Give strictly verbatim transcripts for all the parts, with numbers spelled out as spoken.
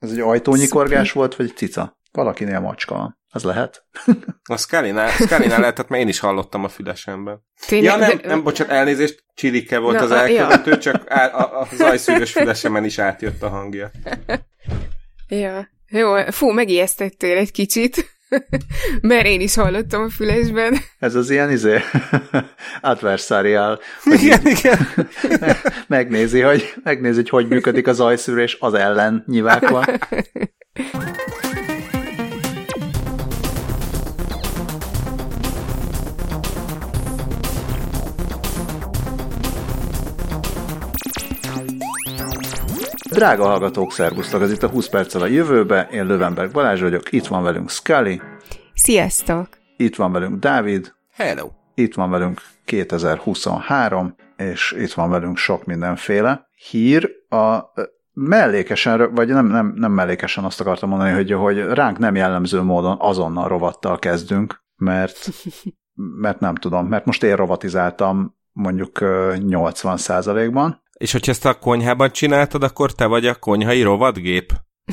Ez egy ajtónyikorgás volt, vagy egy cica? Valakinél macska van. Az lehet? A Scully-nál, Scully-nál lehetett, mert én is hallottam a fülesemben. Tényleg, ja, nem, nem, bocsánat, elnézést, Csirike volt na, az elkövető, ja. Csak á, a, a zajszűrös fülesemen is átjött a hangja. Ja, jó, fú, megijesztettél egy kicsit, mert én is hallottam a fülesben. Ez az ilyen izé, adversarial. Igen, igen. Megnézi, hogy, megnézi, hogy hogy működik a zajszűrés az ellen nyivákban. Drága hallgatók, szervusztok! Ez itt a húsz perccel a jövőbe. Én Löwenberg Balázs vagyok, itt van velünk Scully. Sziasztok! Itt van velünk Dávid. Hello! Itt van velünk kétezer-huszonhárom, és itt van velünk sok mindenféle hír. A mellékesen, vagy nem, nem, nem mellékesen azt akartam mondani, hogy, hogy ránk nem jellemző módon azonnal rovattal kezdünk, mert, mert nem tudom, mert most én rovatizáltam mondjuk nyolcvan százalékban. És hogyha ezt a konyhában csináltad, akkor te vagy a konyhai rovatgép?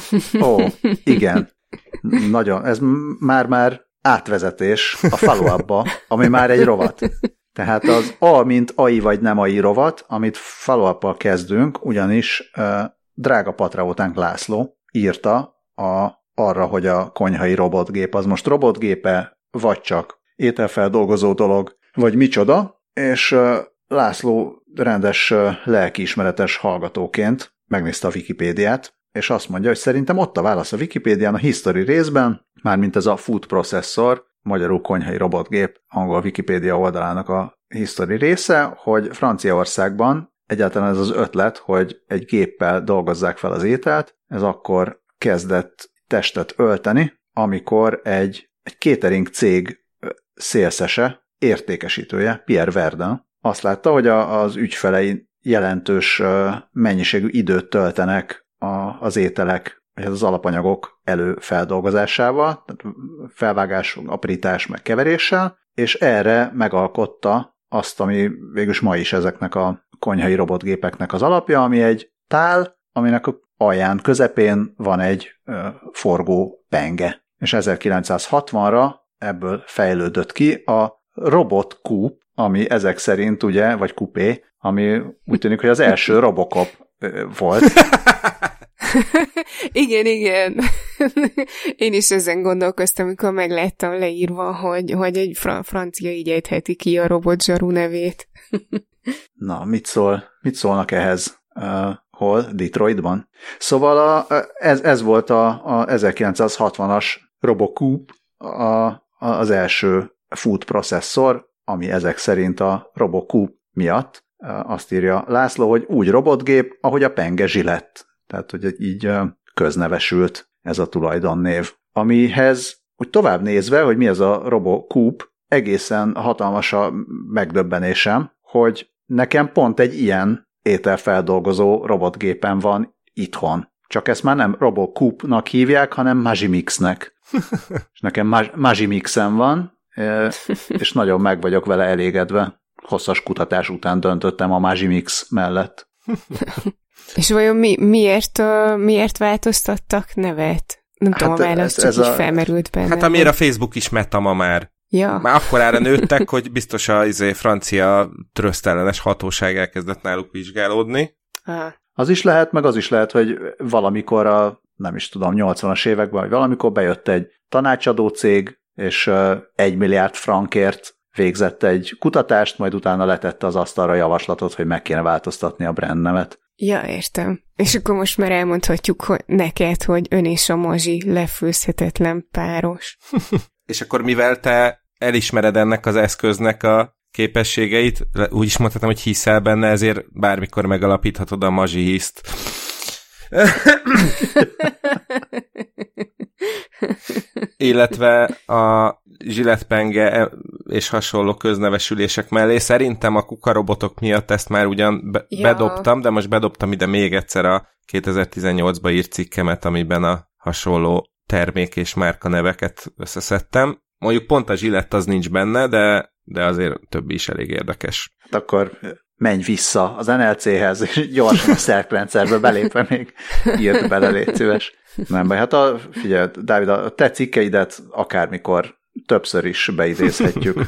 Ó, igen. Nagyon. Ez már-már átvezetés a follow-upba, ami már egy rovat. Tehát az A, mint A I vagy nem A I rovat, amit follow-uppal kezdünk, ugyanis uh, drága patraótánk László írta a, arra, hogy a konyhai robotgép az most robotgépe, vagy csak ételfeldolgozó dolog, vagy micsoda, és uh, László rendes lelkiismeretes hallgatóként megnézte a Wikipédiát, és azt mondja, hogy szerintem ott a válasz a Wikipédián a history részben, mármint ez a food processor, magyarul konyhai robotgép, angol Wikipédia oldalának a history része, hogy Franciaországban egyáltalán ez az ötlet, hogy egy géppel dolgozzák fel az ételt, ez akkor kezdett testet ölteni, amikor egy, egy catering cég szélszese, értékesítője, Pierre Verdun, azt látta, hogy a, az ügyfelei jelentős mennyiségű időt töltenek a, az ételek, vagy az alapanyagok előfeldolgozásával, tehát felvágás, aprítás, meg keveréssel, és erre megalkotta azt, ami végülis ma is ezeknek a konyhai robotgépeknek az alapja, ami egy tál, aminek a alján, közepén van egy ö, forgó penge. És ezerkilencszázhatvanra ebből fejlődött ki a Robot Coupe, ami ezek szerint, ugye, vagy kupé, ami úgy tűnik, hogy az első Robocop volt. Igen, igen. Én is ezen gondolkoztam, amikor megláttam leírva, hogy, hogy egy fra- francia így ejtheti ki a robotzsaru nevét. Na, mit szól, mit szólnak ehhez? Uh, hol? Detroitban? Szóval a, ez, ez volt a, a ezerkilencszázhatvanas RoboCoupe, a, az első food processzor, ami ezek szerint a RoboCoupe miatt azt írja László, hogy úgy robotgép, ahogy a penge zsilett. Tehát, hogy így köznevesült ez a tulajdonnév. Amihez úgy tovább nézve, hogy mi ez a RoboCoupe, egészen hatalmas a megdöbbenésem, hogy nekem pont egy ilyen ételfeldolgozó robotgépen van itthon. Csak ezt már nem RoboCoupe-nak hívják, hanem Magimixnek. És nekem Magimixen van, és nagyon meg vagyok vele elégedve. Hosszas kutatás után döntöttem a Magimix mellett. És vajon mi, miért, uh, miért változtattak nevet? Nem hát tudom, a válasz csak így a... felmerült benne. Hát amire a Facebook is meta ma már. Ja. Már akkorára nőttek, hogy biztos a izé, francia trösztellenes hatóság elkezdett náluk vizsgálódni. Aha. Az is lehet, meg az is lehet, hogy valamikor a, nem is tudom, nyolcvanas években, vagy valamikor bejött egy tanácsadó cég, és uh, egy milliárd frankért végzett egy kutatást, majd utána letette az asztalra javaslatot, hogy meg kéne változtatni a brand nevet. Ja, értem. És akkor most már elmondhatjuk hogy neked, hogy ön és a Mazsi lefőzhetetlen páros. És akkor mivel te elismered ennek az eszköznek a képességeit, úgy is mondhatom, hogy hiszel benne, ezért bármikor megalapíthatod a Mazsi hiszt. Illetve a zsiletpenge és hasonló köznevesülések mellé szerintem a kukarobotok miatt ezt már ugyan be- ja. bedobtam, de most bedobtam ide még egyszer a kétezer-tizennyolcban írt cikkemet, amiben a hasonló termék és márka neveket összeszedtem. Mondjuk pont a zsilett az nincs benne, de, de azért többi is elég érdekes. Hát akkor menj vissza az en el cé-hez, és gyorsan a szerkrendszerbe belépve még írd bele, légy szíves. Nem baj, hát a, figyelj, Dávid, a te cikkeidet akármikor többször is beidézhetjük.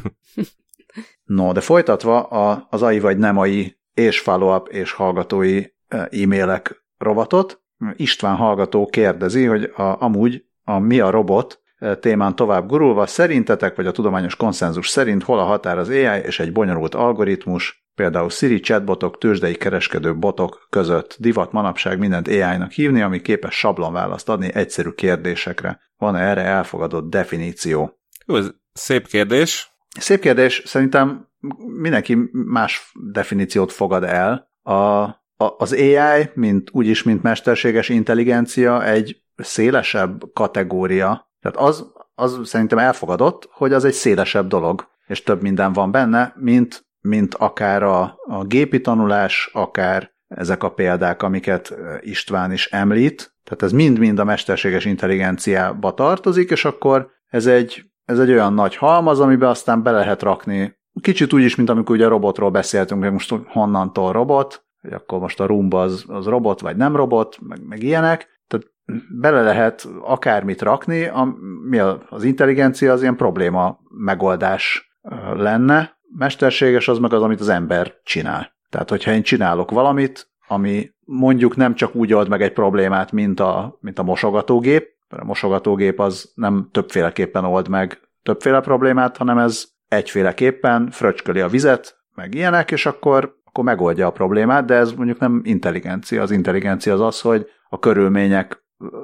No, de folytatva a, az á i vagy nem á i és follow-up és hallgatói e-mailek rovatot, István hallgató kérdezi, hogy a, amúgy a mi a robot témán tovább gurulva, szerintetek, vagy a tudományos konszenzus szerint hol a határ az á i és egy bonyolult algoritmus, például Siri chatbotok, tőzsdei kereskedő botok között? Divat manapság mindent á i-nak hívni, ami képes sablonválaszt adni egyszerű kérdésekre. Van-e erre elfogadott definíció? Jó, ez szép kérdés. Szép kérdés. Szerintem mindenki más definíciót fogad el. A, a, az á i, mint, úgyis, mint mesterséges intelligencia, egy szélesebb kategória. Tehát az, az szerintem elfogadott, hogy az egy szélesebb dolog, és több minden van benne, mint, mint akár a, a gépi tanulás, akár ezek a példák, amiket István is említ. Tehát ez mind-mind a mesterséges intelligenciába tartozik, és akkor ez egy, ez egy olyan nagy halmaz, amiben aztán be lehet rakni, kicsit úgy is, mint amikor ugye robotról beszéltünk, hogy most honnantól robot, hogy akkor most a Roomba az, az robot, vagy nem robot, meg, meg ilyenek. Tehát bele lehet akármit rakni, ami az intelligencia az ilyen probléma megoldás lenne. Mesterséges az meg az, amit az ember csinál. Tehát, hogyha én csinálok valamit, ami mondjuk nem csak úgy old meg egy problémát, mint a, mint a mosogatógép, a mosogatógép az nem többféleképpen old meg többféle problémát, hanem ez egyféleképpen fröcsköli a vizet, meg ilyenek, és akkor, akkor megoldja a problémát, de ez mondjuk nem intelligencia. Az intelligencia az az, hogy a körülmények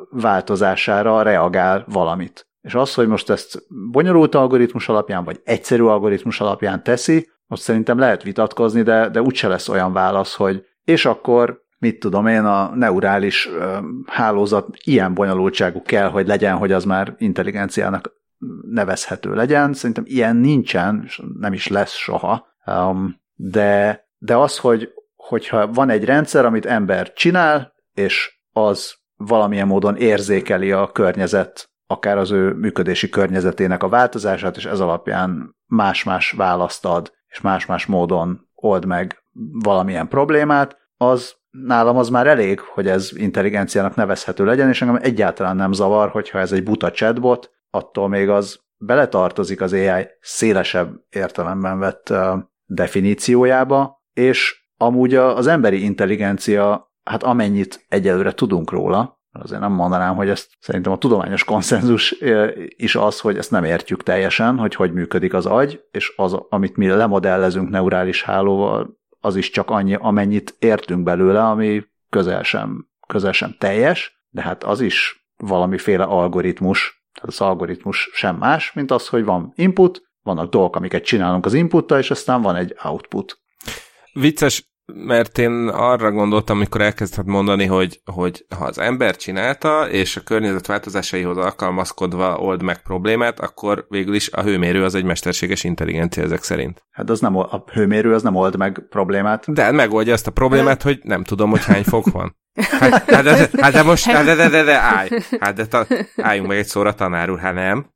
változására reagál valamit. És az, hogy most ezt bonyolult algoritmus alapján, vagy egyszerű algoritmus alapján teszi, most szerintem lehet vitatkozni, de, de úgyse lesz olyan válasz, hogy és akkor, mit tudom én, a neurális ö, hálózat ilyen bonyolultságú kell, hogy legyen, hogy az már intelligenciának nevezhető legyen. Szerintem ilyen nincsen, és nem is lesz soha. Um, de, de az, hogy, hogyha van egy rendszer, amit ember csinál, és az valamilyen módon érzékeli a környezet, akár az ő működési környezetének a változását, és ez alapján más-más választ ad, és más-más módon old meg valamilyen problémát, az nálam az már elég, hogy ez intelligenciának nevezhető legyen, és engem egyáltalán nem zavar, hogyha ez egy buta chatbot, attól még az beletartozik az á i szélesebb értelemben vett uh, definíciójába, és amúgy az emberi intelligencia, hát amennyit egyelőre tudunk róla, azért nem mondanám, hogy ezt szerintem a tudományos konszenzus is az, hogy ezt nem értjük teljesen, hogy hogy működik az agy, és az, amit mi lemodellezünk neurális hálóval, az is csak annyi, amennyit értünk belőle, ami közel sem, közel sem teljes, de hát az is valamiféle algoritmus, tehát az algoritmus sem más, mint az, hogy van input, vannak dolgok, amiket csinálunk az inputtal, és aztán van egy output. Vicces, mert én arra gondoltam, amikor elkezdted mondani, hogy, hogy ha az ember csinálta, és a környezet változásaihoz alkalmazkodva old meg problémát, akkor végül is a hőmérő az egy mesterséges intelligencia ezek szerint. Hát az nem, a hőmérő az nem old meg problémát. De megoldja ezt a problémát, hogy nem tudom, hogy hány fok van. Hát, hát, de, hát de most, hát de, de, de, de állj. Hát de ta, álljunk meg egy szóra, tanár úr, hát nem.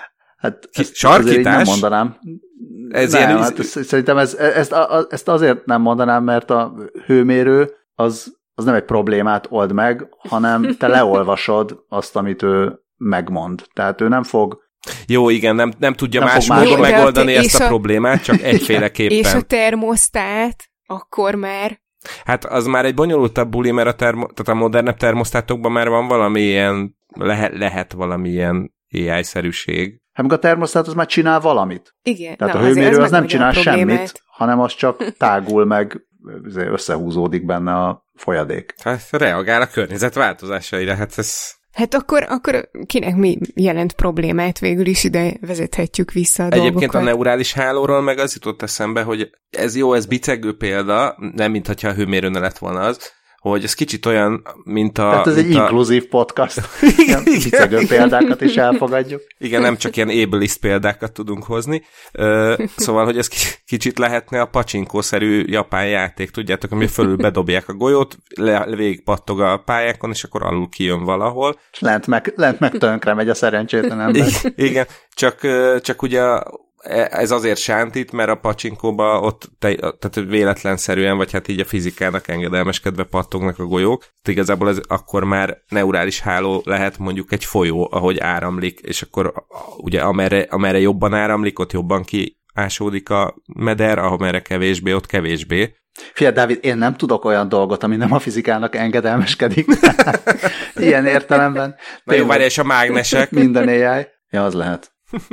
Hát ezt sarkítás? Nem mondanám. Ez nem, ilyen... hát ezt, szerintem ez, ezt, a, ezt azért nem mondanám, mert a hőmérő az, az nem egy problémát old meg, hanem te leolvasod azt, amit ő megmond. Tehát ő nem fog... Jó, igen, nem, nem tudja nem más módon megoldani te, ezt a, a problémát, csak egyféleképpen. És a termosztát, akkor már... Hát az már egy bonyolultabb buli, mert a, termo, tehát a modernebb termosztátokban már van valami ilyen, lehet, lehet valami ilyen á i-szerűség. Hát a termosztát az már csinál valamit. Igen. Tehát na, a hőmérő az, az nem csinál semmit, hanem az csak tágul meg, összehúzódik benne a folyadék. Hát reagál a környezet változásaira, hát ez... Hát akkor, akkor kinek mi jelent problémát, végül is ide vezethetjük vissza a Egyébként dolgokat. A neurális hálóról meg az jutott eszembe, hogy ez jó, ez bicegő példa, nem mintha a hőmérő ne lett volna az, hogy ez kicsit olyan, mint a... Tehát ez egy a... inkluzív podcast. Igen, bicegő példákat is elfogadjuk. Igen, nem csak ilyen ableist példákat tudunk hozni. Szóval, hogy ez kicsit lehetne a pacsinkószerű japán játék, tudjátok, ami fölül bedobják a golyót, végigpattog a pályákon, és akkor alul kijön valahol. És lent meg, lent meg tönkre megy a szerencsétlen ember. Igen, csak, csak ugye ez azért sántít, mert a pacsinkóba ott te, tehát véletlenszerűen, vagy hát így a fizikának engedelmeskedve pattognak a golyók. Tehát igazából ez akkor már neurális háló lehet mondjuk egy folyó, ahogy áramlik, és akkor ugye amerre, amerre jobban áramlik, ott jobban kiásódik a meder, amerre kevésbé, ott kevésbé. Figyelj, Dávid, én nem tudok olyan dolgot, ami nem a fizikának engedelmeskedik. Ilyen értelemben. Na jó, várj, és a mágnesek. Minden á i. Ja, az lehet.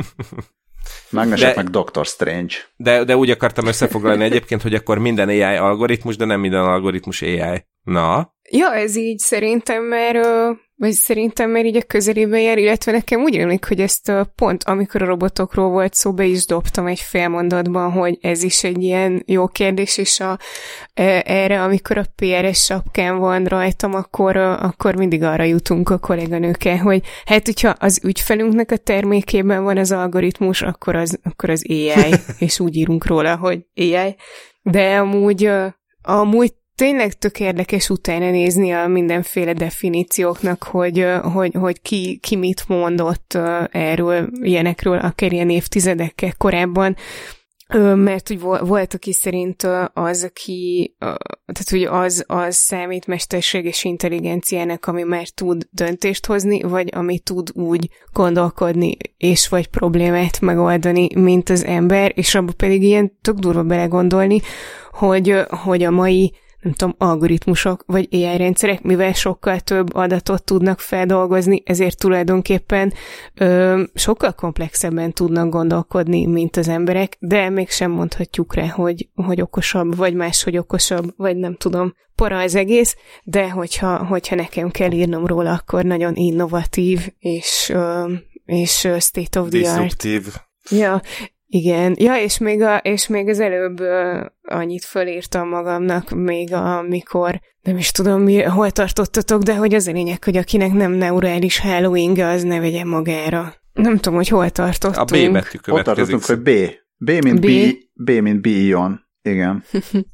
Mágnesek meg doktor Strange. De, de úgy akartam összefoglalni egyébként, hogy akkor minden á i algoritmus, de nem minden algoritmus á i. Na? Ja, ez így szerintem, mert, vagy szerintem mert így a közelében jár, illetve nekem úgy rémlik, hogy ezt pont amikor a robotokról volt szó, be is dobtam egy fél mondatban, hogy ez is egy ilyen jó kérdés, és a, erre, amikor a pé er es sapkán van rajtam, akkor, akkor mindig arra jutunk a kolléganőkkel, hogy hát, hogyha az ügyfelünknek a termékében van az algoritmus, akkor az, akkor az á i, és úgy írunk róla, hogy á i. De amúgy, amúgy tényleg tök érdekes utána nézni a mindenféle definícióknak, hogy, hogy, hogy ki, ki mit mondott erről, ilyenekről, akár ilyen évtizedekkel korábban, mert hogy volt, aki szerint az, aki, tehát hogy az, az számít mesterséges intelligenciának, ami már tud döntést hozni, vagy ami tud úgy gondolkodni, és vagy problémát megoldani, mint az ember, és abban pedig ilyen tök durva belegondolni, hogy, hogy a mai nem tudom, algoritmusok vagy á i rendszerek, mivel sokkal több adatot tudnak feldolgozni, ezért tulajdonképpen ö, sokkal komplexebben tudnak gondolkodni, mint az emberek, de mégsem mondhatjuk rá, hogy, hogy okosabb, vagy máshogy okosabb, vagy nem tudom, para az egész, de hogyha, hogyha nekem kell írnom róla, akkor nagyon innovatív, és, ö, és state of the art. Disruptív. Ja, igen. Ja, és még, a, és még az előbb uh, annyit fölírtam magamnak, még amikor, nem is tudom, mi, hol tartottatok, de hogy az a lényeg, hogy akinek nem neurális hálóinga, az ne vegye magára. Nem tudom, hogy hol tartottunk. A B betű következik. Ott tartottunk, hogy B. B, mint B, B, B mint B-ion. Igen.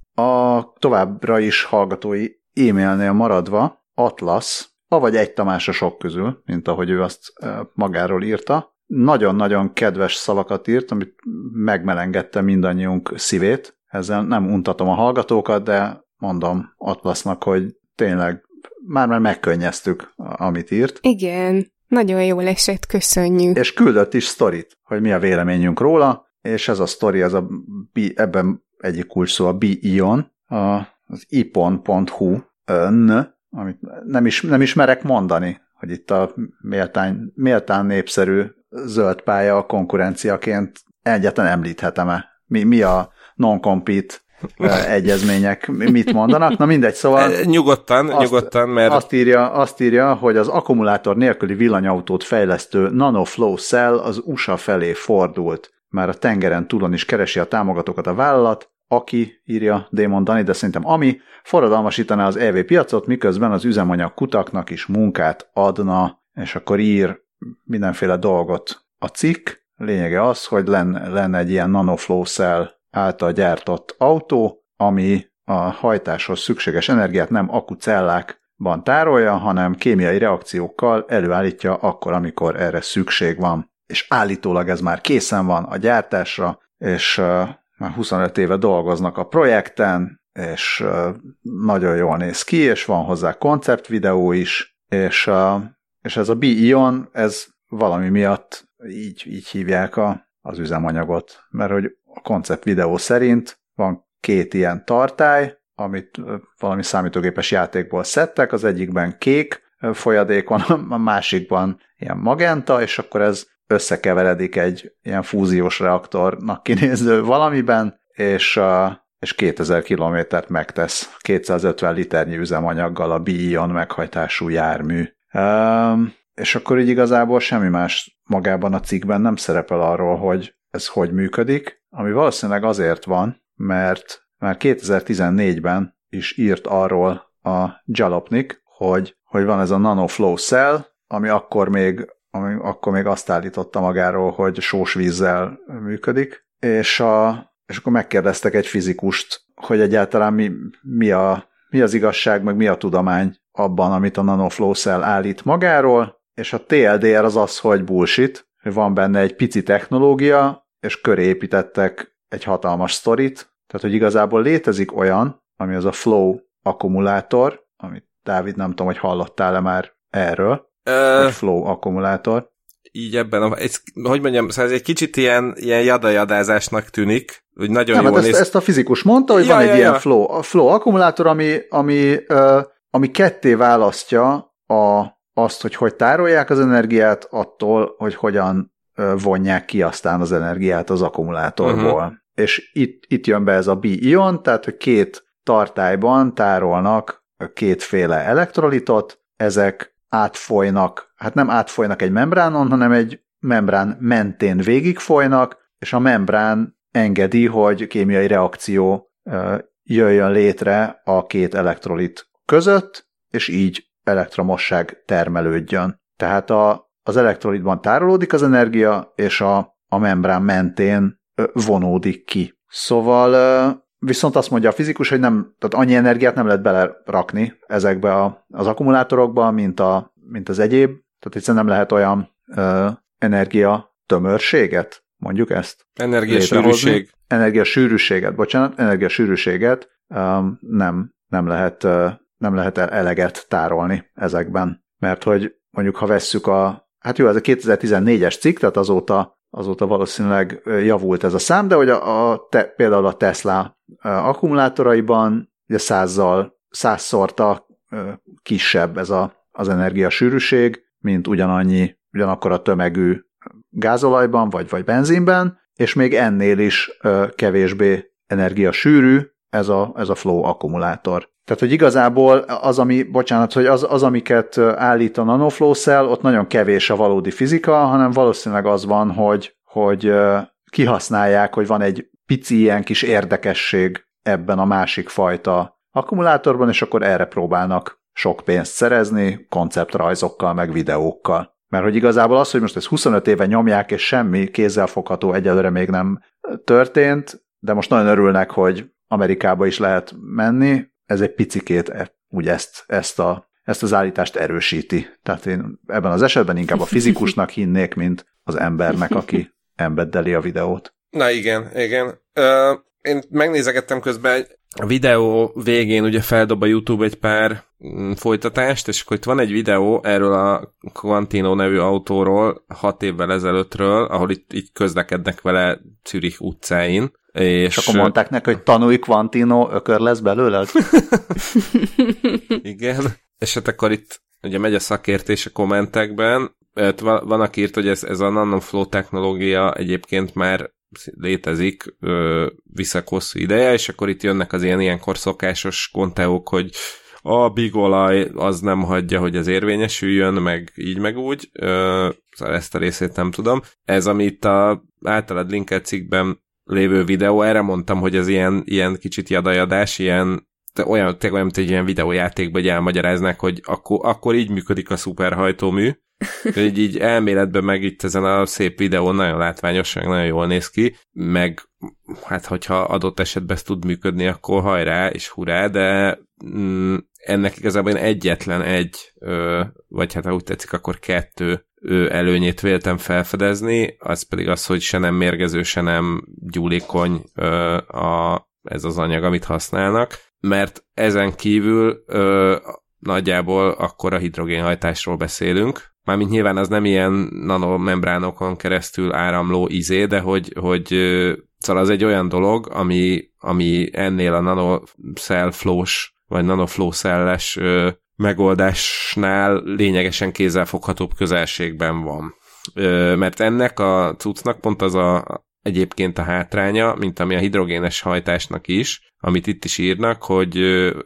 A továbbra is hallgatói e-mailnél maradva Atlasz, avagy egy Tamás a sok közül, mint ahogy ő azt magáról írta, nagyon-nagyon kedves szavakat írt, amit megmelengedte mindannyiunk szívét. Ezzel nem untatom a hallgatókat, de mondom Atlasznak, hogy tényleg már-már megkönnyeztük, amit írt. Igen, nagyon jól esett, köszönjük. És küldött is sztorit, hogy mi a véleményünk róla, és ez a sztori, ez a B, ebben egyik kulcs szó, a B-ion, az ipon pont hu, n, amit nem, is, nem ismerek mondani, hogy itt a méltán, méltán népszerű zöld pálya a konkurenciaként egyáltalán említhetem-e? Mi, mi a non-compete egyezmények, mit mondanak? Na mindegy, szóval... Nyugodtan, azt, nyugodtan, mert... Azt írja, azt írja, hogy az akkumulátor nélküli villanyautót fejlesztő NanoFlow Cell az u es á felé fordult. Már a tengeren túlon is keresi a támogatókat a vállalat, aki, írja Démon Dani, de szerintem ami, forradalmasítaná az é vé piacot, miközben az üzemanyag kutaknak is munkát adna, és akkor ír mindenféle dolgot a cikk. Lényege az, hogy lenne, lenne egy ilyen NanoFlow Cell által gyártott autó, ami a hajtáshoz szükséges energiát nem akkucellákban tárolja, hanem kémiai reakciókkal előállítja akkor, amikor erre szükség van. És állítólag ez már készen van a gyártásra, és uh, már huszonöt éve dolgoznak a projekten, és uh, nagyon jól néz ki, és van hozzá konceptvideó is, és, uh, és ez a B-ion, ez valami miatt így, így hívják a, az üzemanyagot, mert hogy a konceptvideó szerint van két ilyen tartály, amit valami számítógépes játékból szedtek, az egyikben kék folyadék van, a másikban ilyen magenta, és akkor ez összekeveredik egy ilyen fúziós reaktornak kinéző valamiben, és, és kétezer kilométert megtesz kétszázötven liternyi üzemanyaggal a B-ion meghajtású jármű. És akkor így igazából semmi más magában a cikkben nem szerepel arról, hogy ez hogy működik, ami valószínűleg azért van, mert már kétezer-tizennégyben is írt arról a Jalopnik, hogy, hogy van ez a NanoFlow Cell, ami akkor még, ami akkor még azt állította magáról, hogy sós vízzel működik, és, a, és akkor megkérdeztek egy fizikust, hogy egyáltalán mi, mi, a, mi az igazság, meg mi a tudomány abban, amit a NanoFlow Cell állít magáról, és a té el dé er az az, hogy bullshit, hogy van benne egy pici technológia, és köré építettek egy hatalmas sztorit, tehát hogy igazából létezik olyan, ami az a Flow akkumulátor, amit Dávid nem tudom, hogy hallottál-e már erről, Ö... hogy Flow akkumulátor. Így ebben, a, ez, hogy mondjam, szóval ez egy kicsit ilyen, ilyen jadajadázásnak tűnik, hogy nagyon nem, jól ezt, néz... ezt a fizikus mondta, hogy ja, van egy ja, ilyen ja. Flow, a Flow akkumulátor, ami, ami, uh, ami ketté választja a, azt, hogy hogy tárolják az energiát, attól, hogy hogyan uh, vonják ki aztán az energiát az akkumulátorból. Uh-huh. És itt, itt jön be ez a bi-ion, tehát hogy két tartályban tárolnak kétféle elektrolitot, ezek átfolynak, hát nem átfolynak egy membránon, hanem egy membrán mentén végigfolynak, és a membrán engedi, hogy kémiai reakció jöjjön létre a két elektrolit között, és így elektromosság termelődjön. Tehát a, az elektrolitban tárolódik az energia, és a, a membrán mentén vonódik ki. Szóval viszont azt mondja a fizikus, hogy nem, tehát annyi energiát nem lehet belerakni ezekbe a, az akkumulátorokba, mint, a, mint az egyéb, tehát egyszerűen nem lehet olyan ö, energia tömörséget, mondjuk ezt. Energiasűrűség. Energiasűrűséget, bocsánat, energiasűrűséget ö, nem, nem, lehet, ö, nem lehet eleget tárolni ezekben. Mert hogy mondjuk, ha vesszük a, hát jó, ez a kétezer-tizennégyes cikk, tehát azóta azóta valószínűleg javult ez a szám, de hogy a, a te, például a Tesla akkumulátoraiban ugye százzal, százszorta kisebb ez a, az energiasűrűség, mint ugyanannyi, ugyanakkor a tömegű gázolajban, vagy, vagy benzinben, és még ennél is kevésbé energiasűrű ez a, ez a Flow akkumulátor. Tehát, hogy igazából az, ami, bocsánat, hogy az, az amiket állít a NanoFlow Cell, ott nagyon kevés a valódi fizika, hanem valószínűleg az van, hogy, hogy kihasználják, hogy van egy pici ilyen kis érdekesség ebben a másik fajta akkumulátorban, és akkor erre próbálnak sok pénzt szerezni, konceptrajzokkal, meg videókkal. Mert hogy igazából az, hogy most ezt huszonöt éve nyomják, és semmi kézzelfogható egyelőre még nem történt, de most nagyon örülnek, hogy Amerikába is lehet menni, ez egy picikét úgy ezt, ezt, a, ezt az állítást erősíti. Tehát én ebben az esetben inkább a fizikusnak hinnék, mint az embernek, aki embeddeli a videót. Na igen, igen. Ö, én megnézegettem közben, a videó végén ugye feldob a YouTube egy pár mm, folytatást, és akkor itt van egy videó erről a Quantino nevű autóról, hat évvel ezelőttről, ahol itt, itt közlekednek vele Zürich utcáin. És, és akkor mondták neki, hogy tanulj Quantino, ökör lesz belőle? Igen. És hát akkor itt ugye megy a szakértés a kommentekben. Van, aki írt, hogy ez, ez a NanoFlow technológia egyébként már létezik viszont hosszú ideje, és akkor itt jönnek az ilyen ilyenkor szokásos konteók, hogy a bigolaj az nem hagyja, hogy az érvényesüljön, meg így, meg úgy. Szóval ezt a részét nem tudom. Ez, amit a általad linkelt cikkben lévő videó, erre mondtam, hogy az ilyen, ilyen kicsit jadajadás, ilyen olyan, olyan, mint egy ilyen videójátékban, hogy elmagyaráznák, hogy akkor, akkor így működik a szuperhajtómű. Így, így elméletben meg itt ezen a szép videón nagyon látványos, meg nagyon jól néz ki, meg hát hogyha adott esetben ez tud működni, akkor hajrá és hurrá, de mm, ennek igazából én egyetlen egy, ö, vagy hát ha úgy tetszik, akkor kettő ö, előnyét véltem felfedezni, az pedig az, hogy se nem mérgező, se nem gyúlékony ö, a, ez az anyag, amit használnak, mert ezen kívül ö, nagyjából akkor a hidrogénhajtásról beszélünk. Mármint nyilván az nem ilyen nanomembránokon keresztül áramló izé, de hogy, hogy szóval az egy olyan dolog, ami, ami ennél a nanocell flow-s, vagy nanoflow cell-es megoldásnál lényegesen kézzelfoghatóbb közelségben van. Ö, mert ennek a cuccnak pont az a egyébként a hátránya, mint ami a hidrogénes hajtásnak is, amit itt is írnak, hogy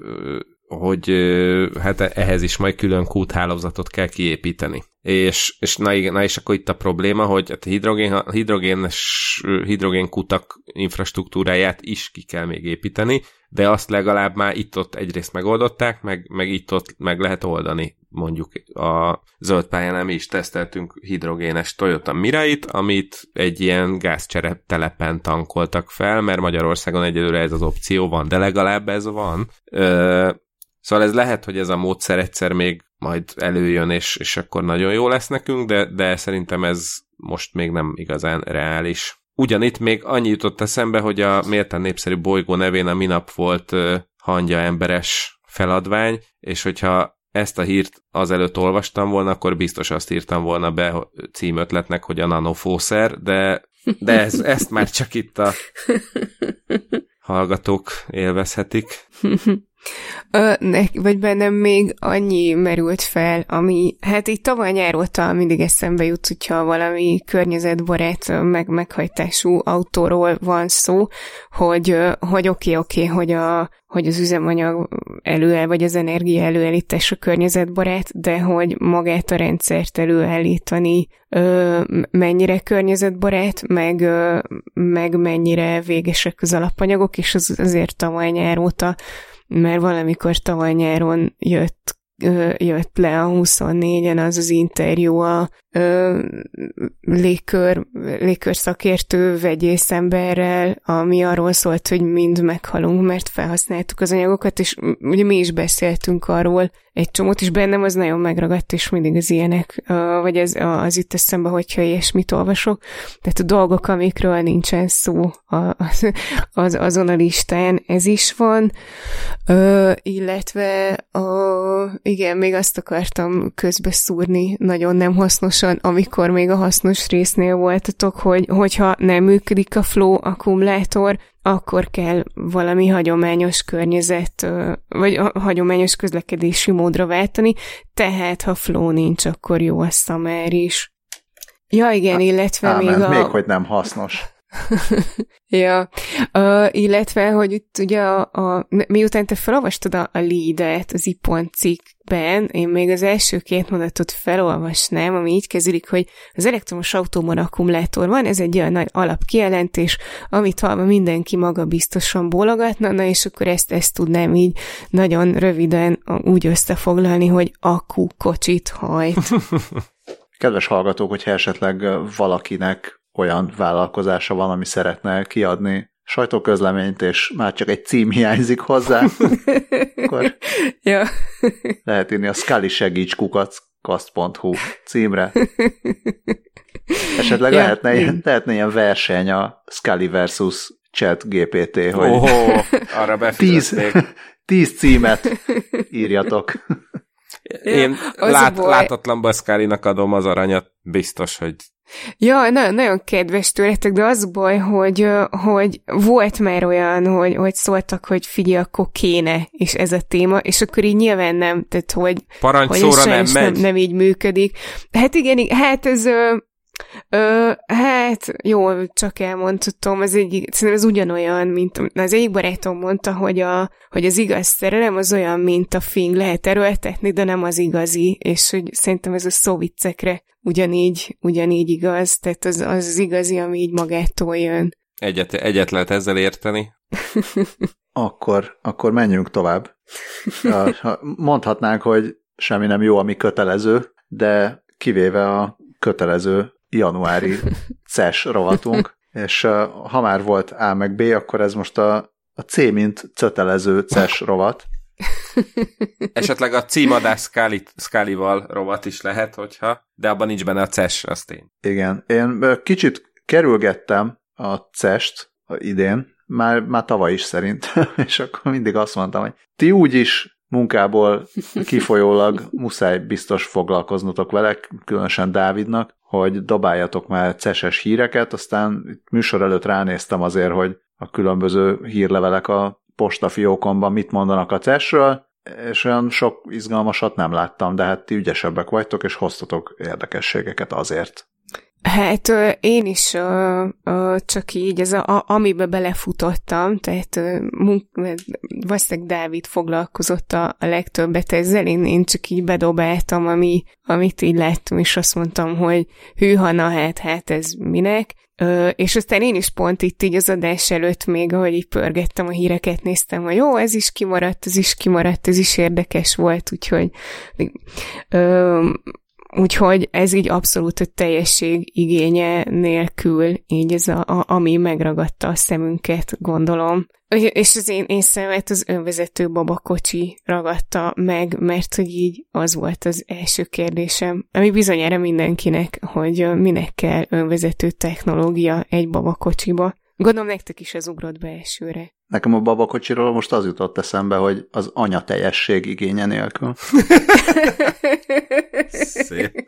hogy hát ehhez is majd külön kúthálózatot kell kiépíteni. És, és na, igen, na és akkor itt a probléma, hogy a hidrogén, hidrogénes, hidrogénkutak infrastruktúráját is ki kell még építeni, de azt legalább már itt-ott egyrészt megoldották, meg, meg itt-ott meg lehet oldani. Mondjuk a zöld pályánál mi is teszteltünk hidrogénes Toyota Mirait, amit egy ilyen gázcsere telepen tankoltak fel, mert Magyarországon egyelőre ez az opció van, de legalább ez van. Ö, Szóval ez lehet, hogy ez a módszer egyszer még majd előjön, és, és akkor nagyon jó lesz nekünk, de, de szerintem ez most még nem igazán reális. ugyanitt még annyi jutott eszembe, hogy a méltán népszerű bolygó nevén a minap volt uh, hangya emberes feladvány, és hogyha ezt a hírt azelőtt olvastam volna, akkor biztos azt írtam volna be címötletnek, hogy a nanofószer, de, de ez, ezt már csak itt a hallgatók élvezhetik. Ö, ne, vagy bennem még annyi merült fel, ami, hát így tavaly nyár óta mindig eszembe jut, hogyha valami környezetbarát, meg meghajtású autóról van szó, hogy, hogy oké, oké, hogy, a, hogy az üzemanyag előáll, vagy az energia előállítás a környezetbarát, de hogy magát a rendszert előállítani ö, mennyire környezetbarát, meg, ö, meg mennyire végesek az alapanyagok, és az azért tavaly nyár óta, mert valamikor tavaly nyáron jött, ö, jött le a huszonnégyen az az interjú a ö, légkör, légkörszakértő vegyészemberrel, ami arról szólt, hogy mind meghalunk, mert felhasználtuk az anyagokat, és ugye mi is beszéltünk arról egy csomót, és bennem az nagyon megragadt, és mindig az ilyenek, vagy ez az itt eszembe, hogyha ilyesmit olvasok. Tehát a dolgok, amikről nincsen szó az, az, azon a listán, ez is van. Ö, illetve a, igen, még azt akartam közbeszúrni nagyon nem hasznosan, amikor még a hasznos résznél voltatok, hogy hogyha nem működik a flow akkumulátor, akkor kell valami hagyományos környezet, vagy hagyományos közlekedési módra váltani, tehát ha flow nincs, akkor jó a summer is. Ja, igen, illetve Ámen, még a... még hogy nem hasznos. ja, uh, illetve, hogy itt ugye a, a miután te felolvastad a, a leadet az ipon cikkben, én még az első két mondatot felolvasnám, ami így kezdődik, hogy az elektromos autóban akkumulátor van, ez egy olyan nagy alapkijelentés, amit hallva mindenki maga biztosan bólogatna, na és akkor ezt, ezt tudnám így nagyon röviden úgy összefoglalni, hogy akku kocsit hajt. Kedves hallgatók, hogyha esetleg valakinek olyan vállalkozása van, ami szeretne kiadni sajtóközleményt, és már csak egy cím hiányzik hozzá, akkor ja. lehet írni a scully segíts kukac kaszt pont hu címre. Esetleg ja. lehetne, ilyen, lehetne ilyen verseny a Scully versus Chat gé pé té, hogy oh, arra tíz, tíz címet írjatok. Én ja, lát, látatlanba Scullynak adom az aranyat, biztos, hogy ja, nagyon, nagyon kedves tőletek, de az baj, hogy, hogy volt már olyan, hogy, hogy szóltak, hogy figyelj, akkor kéne, és ez a téma, és akkor így nyilván nem, tehát hogy, parancsszóra nem megy. Nem, nem így működik. Hát igen, hát ez... Ö, hát jó, csak elmondhatom, az egyik, szerintem ez ugyanolyan, mint az egyik barátom mondta, hogy, a, hogy az igaz szerelem az olyan, mint a fing, lehet erőltetni, de nem az igazi, és hogy szerintem ez a szóviccekre ugyanígy, ugyanígy igaz, tehát az, az az igazi, ami így magától jön. Egyet, egyet lehet ezzel érteni. Akkor, akkor menjünk tovább. Mondhatnánk, hogy semmi nem jó, ami kötelező, de kivéve a kötelező januári cé e es rovatunk, és uh, ha már volt A meg B, akkor ez most a, a C, mint kötelező cé e es rovat. Esetleg a címadás Scully, Scully-val rovat is lehet, hogyha, de abban nincs benne a cé e es, az tény. Igen, én kicsit kerülgettem a cé e est idén, már, már tavaly is szerint, és akkor mindig azt mondtam, hogy ti úgyis munkából kifolyólag muszáj biztos foglalkoznotok vele, különösen Dávidnak, hogy dobáljatok már cé es es híreket, aztán műsor előtt ránéztem azért, hogy a különböző hírlevelek a postafiókomban mit mondanak a cé esről, és olyan sok izgalmasat nem láttam, de hát ti ügyesebbek vagytok, és hoztatok érdekességeket azért. Hát ö, én is ö, ö, csak így, ez a, a, amiben belefutottam, tehát ö, munk, valószínűleg Dávid foglalkozott a, a legtöbbet ezzel, én, én csak így bedobáltam, ami, amit így láttam, és azt mondtam, hogy hűha, na hát, hát ez minek. Ö, és aztán én is pont itt így az adás előtt még, ahogy így pörgettem a híreket, néztem, hogy jó, ez is kimaradt, ez is kimaradt, ez is érdekes volt, úgyhogy... Ö, úgyhogy ez így abszolút a teljesség igénye nélkül, így ez a, a, ami megragadta a szemünket, gondolom. És az én, én szemet az önvezető babakocsi ragadta meg, mert hogy így az volt az első kérdésem, ami bizonyára mindenkinek, hogy minek kell önvezető technológia egy babakocsiba. Gondolom nektek is ez ugrott be elsőre. Nekem a babakocsiról most az jutott eszembe, hogy az anya teljesség igénye nélkül. Szép.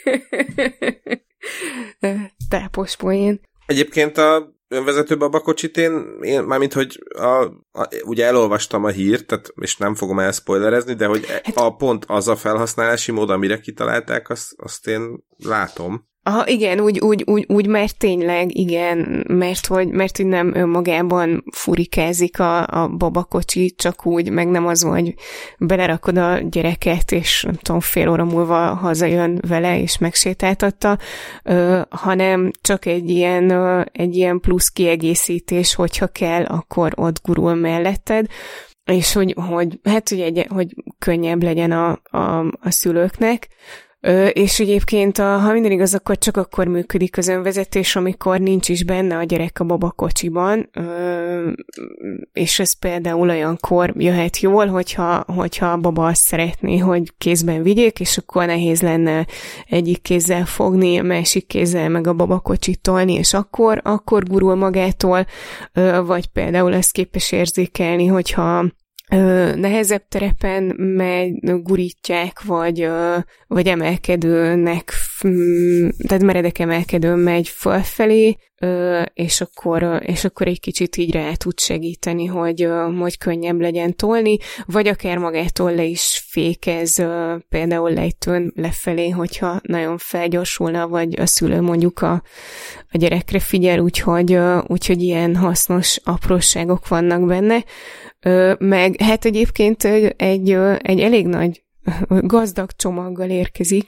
Tápos poén. Egyébként a önvezető babakocsit én, én mármint, hogy a, a, ugye elolvastam a hírt, tehát, és nem fogom elspoilerezni, de hogy hát, a pont az a felhasználási mód, amire kitalálták, azt, azt én látom. Aha, igen, úgy, úgy, úgy, úgy, mert tényleg, igen, mert hogy, mert hogy nem önmagában furikázik a, a babakocsi, csak úgy, meg nem az, hogy belerakod a gyereket, és nem tudom, fél óra múlva hazajön vele, és megsétáltatta, ö, hanem csak egy ilyen, ö, egy ilyen plusz kiegészítés, hogyha kell, akkor ott gurul melletted, és hogy, hogy hát, hogy, egy, hogy könnyebb legyen a, a, a szülőknek. Ö, és egyébként, a, ha minden igaz, akkor csak akkor működik az önvezetés, amikor nincs is benne a gyerek a babakocsiban, ö, és ez például olyankor jöhet jól, hogyha, hogyha a baba azt szeretné, hogy kézben vigyék, és akkor nehéz lenne egyik kézzel fogni, a másik kézzel meg a babakocsit tolni, és akkor, akkor gurul magától, ö, vagy például ezt képes érzékelni, hogyha Ö, nehezebb terepen megy, gurítják, vagy, ö, vagy emelkedőnek, m- tehát meredek emelkedőn megy fölfelé, ö, és, akkor, és akkor egy kicsit így rá tud segíteni, hogy, ö, hogy könnyebb legyen tolni, vagy akár magától le is fékez, ö, például lejtőn lefelé, hogyha nagyon felgyorsulna, vagy a szülő mondjuk a, a gyerekre figyel, úgyhogy, ö, úgyhogy ilyen hasznos apróságok vannak benne. Ö, meg hát egyébként egy, egy, egy elég nagy gazdag csomaggal érkezik,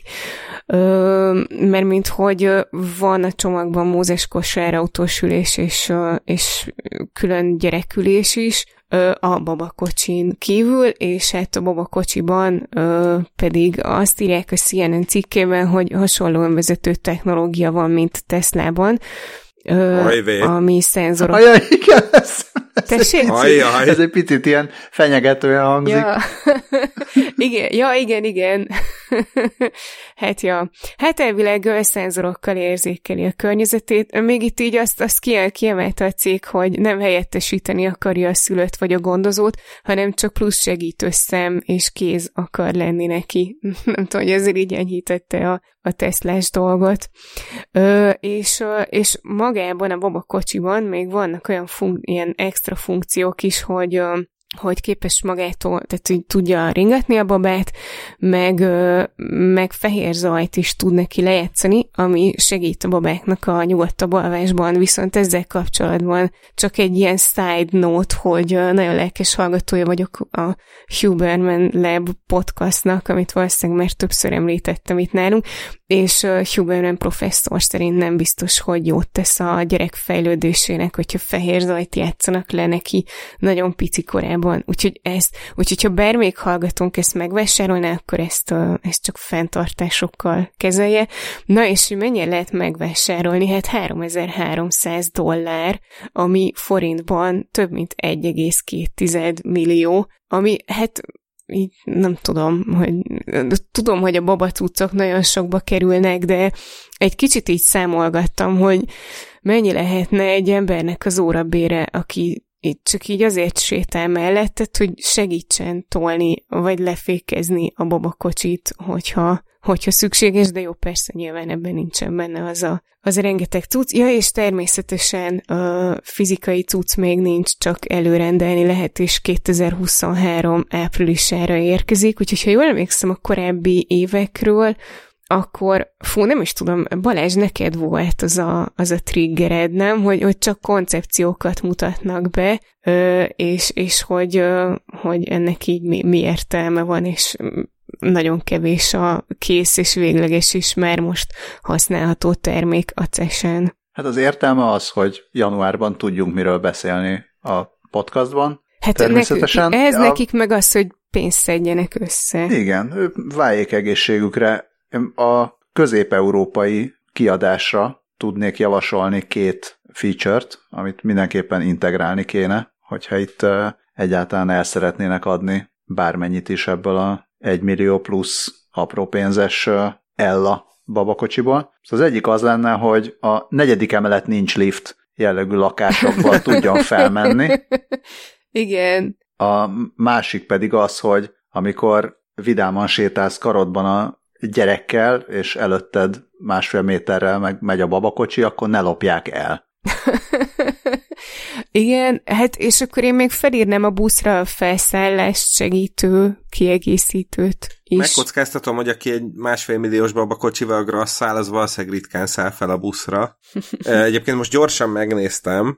ö, mert mint hogy van a csomagban mózes kosár, autósülés és, és külön gyerekülés is ö, a babakocsin kívül, és hát a babakocsiban ö, pedig azt írják a C N N cikkében, hogy hasonló önvezető technológia van, mint Teslában, Ö, ami szenzorok. Ajaj, igen, ez, ez, egy, ez egy picit ilyen fenyegetően hangzik. Ja. igen, ja, igen, igen. hát ja. Hát elvileg szenzorokkal érzékeli a környezetét. Még itt így azt, azt kiemelte a cég, hogy nem helyettesíteni akarja a szülőt vagy a gondozót, hanem csak plusz segítő szem és kéz akar lenni neki. Nem tudom, hogy ezért így enyhítette a, a Teslás dolgot. Ö, és, és magában a babakocsiban még vannak olyan fun- ilyen extra funkciók is, hogy hogy képes magától, tehát hogy tudja ringatni a babát, meg, meg fehér zajt is tud neki lejátszani, ami segít a babáknak a nyugodtabb alvásban, viszont ezzel kapcsolatban csak egy ilyen side note, hogy nagyon lelkes hallgatója vagyok a Huberman Lab podcastnak, amit valószínűleg már többször említettem itt nálunk, és Huberman professzor szerint nem biztos, hogy jót tesz a gyerek fejlődésének, hogyha fehér zajt játszanak le neki nagyon pici korában. Úgyhogy ezt, úgyhogy ha bármelyik hallgatónk ezt megvásárolná, akkor ezt, ezt csak fenntartásokkal kezelje. Na és hogy mennyire lehet megvásárolni? Hát háromezer-háromszáz dollár, ami forintban több mint egy egész két millió, ami hát így nem tudom, hogy tudom, hogy a babacuccok nagyon sokba kerülnek, de egy kicsit így számolgattam, hogy mennyi lehetne egy embernek az órabére, aki így csak így azért sétál mellettet, hogy segítsen tolni, vagy lefékezni a babakocsit, hogyha, hogyha szükséges, de jó, persze nyilván ebben nincsen benne az a, az a rengeteg cucc. Ja, és természetesen a fizikai cucc még nincs, csak előrendelni lehet, és kétezer-huszonhárom áprilisára érkezik, úgyhogy ha jól emlékszem a korábbi évekről, akkor, fú, nem is tudom, Balázs, neked volt az a, az a triggered, nem? Hogy, hogy csak koncepciókat mutatnak be, és, és hogy, hogy ennek így mi, mi értelme van, és nagyon kevés a kész és végleges is már most használható termék a cesen. Hát az értelme az, hogy januárban tudjunk miről beszélni a podcastban. Hát természetesen. Nekik, ez a... nekik meg az, hogy pénzt szedjenek össze. Igen, váljék egészségükre, A közép-európai kiadásra tudnék javasolni két feature-t, amit mindenképpen integrálni kéne, hogyha itt egyáltalán el szeretnének adni bármennyit is ebből a egy millió plusz apró pénzes Ella babakocsiból. Az egyik az lenne, hogy a negyedik emelet nincs lift jellegű lakásokban tudjon felmenni. Igen. A másik pedig az, hogy amikor vidáman sétálsz karodban a gyerekkel, és előtted másfél méterrel meg megy a babakocsi, akkor ne lopják el. Igen, hát és akkor én még felírnám a buszra a felszállást segítő kiegészítőt is. Megkockáztatom, hogy aki egy másfél milliós babakocsival grasszál, az valószínűleg ritkán száll fel a buszra. Egyébként most gyorsan megnéztem,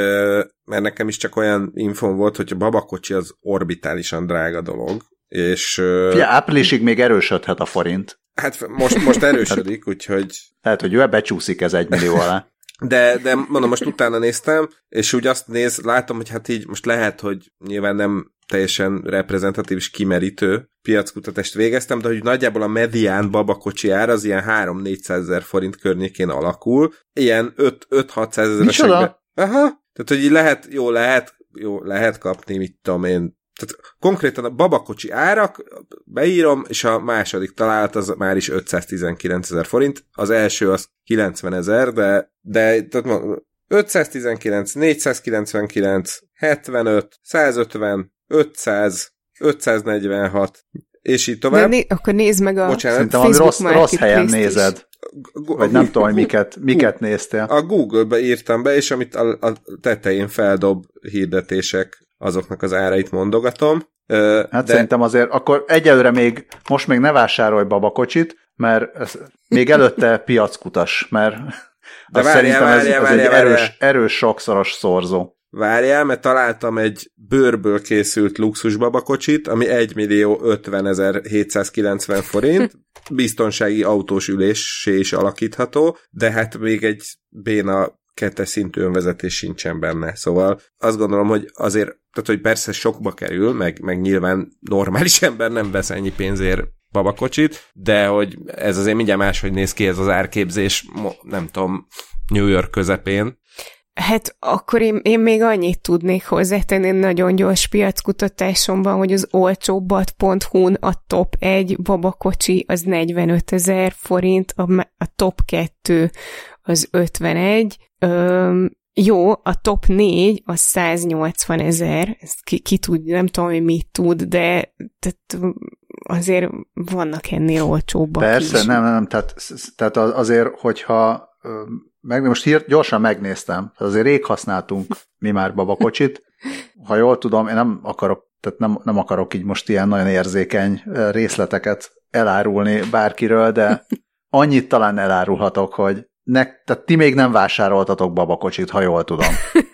mert nekem is csak olyan infom volt, hogy a babakocsi az orbitálisan drága dolog, és... Fia, áprilisig még erősödhet a forint. Hát most, most erősödik, úgyhogy... Lehet, hogy ő becsúszik ez egy millió alá. De, de mondom, most utána néztem, és úgy azt néz, látom, hogy hát így most lehet, hogy nyilván nem teljesen reprezentatív és kimerítő piackutatást végeztem, de hogy nagyjából a medián babakocsi ár az ilyen három-négyszázezer forint környékén alakul, ilyen öt-hatszázezeresekben. Aha, tehát hogy így lehet, jó lehet, jó lehet kapni, mit tudom én. Tehát konkrétan a babakocsi árak, beírom, és a második találat az már is ötszáztizenkilencezer forint, az első az kilencvenezer, de, de tehát ötszáztizenkilenc, négyszázkilencvenkilenc, hetvenöt, százötven, ötszáz, ötszáznegyvenhat, és így tovább. Né- akkor nézd meg a Bocsánat, szerintem valami rossz, rossz helyen nézed. Vagy nem tudom, hogy miket, miket néztél. A Google-be írtam be, és amit a, a tetején feldob hirdetések, azoknak az árait mondogatom. Hát de... szerintem azért, akkor egyelőre még, most még ne vásárolj babakocsit, mert ez, még előtte piackutas, mert de várjál, szerintem ez, várjál, ez várjál, egy erős, erős sokszoros szorzó. Várjál, mert találtam egy bőrből készült luxus babakocsit, ami egy millió ötvenezer-hétszázkilencven forint, biztonsági autós ülésé is alakítható, de hát még egy béna kettes szintű önvezetés sincsen benne. Szóval azt gondolom, hogy azért, tehát hogy persze sokba kerül, meg, meg nyilván normális ember nem vesz ennyi pénzért babakocsit, de hogy ez azért mindjárt máshogy néz ki ez az árképzés, nem tudom, New York közepén. Hát akkor én, én még annyit tudnék hozzátenni nagyon gyors piackutatásomban, hogy az olcsóbbat pont hu-n a top egy babakocsi az negyvenötezer forint, a, a top kettő az ötvenegy, Öm, jó, a top négy az száznyolcvanezer, ezt ki, ki tud, nem tudom, hogy mit tud, de tehát azért vannak ennél olcsóbbak Persze, is. nem, nem, tehát, tehát azért, hogyha meg, most hír, gyorsan megnéztem, azért rég használtunk mi már babakocsit, ha jól tudom, én nem akarok, tehát nem, nem akarok így most ilyen nagyon érzékeny részleteket elárulni bárkiről, de annyit talán elárulhatok, hogy ne, tehát ti még nem vásároltatok babakocsit, ha jól tudom.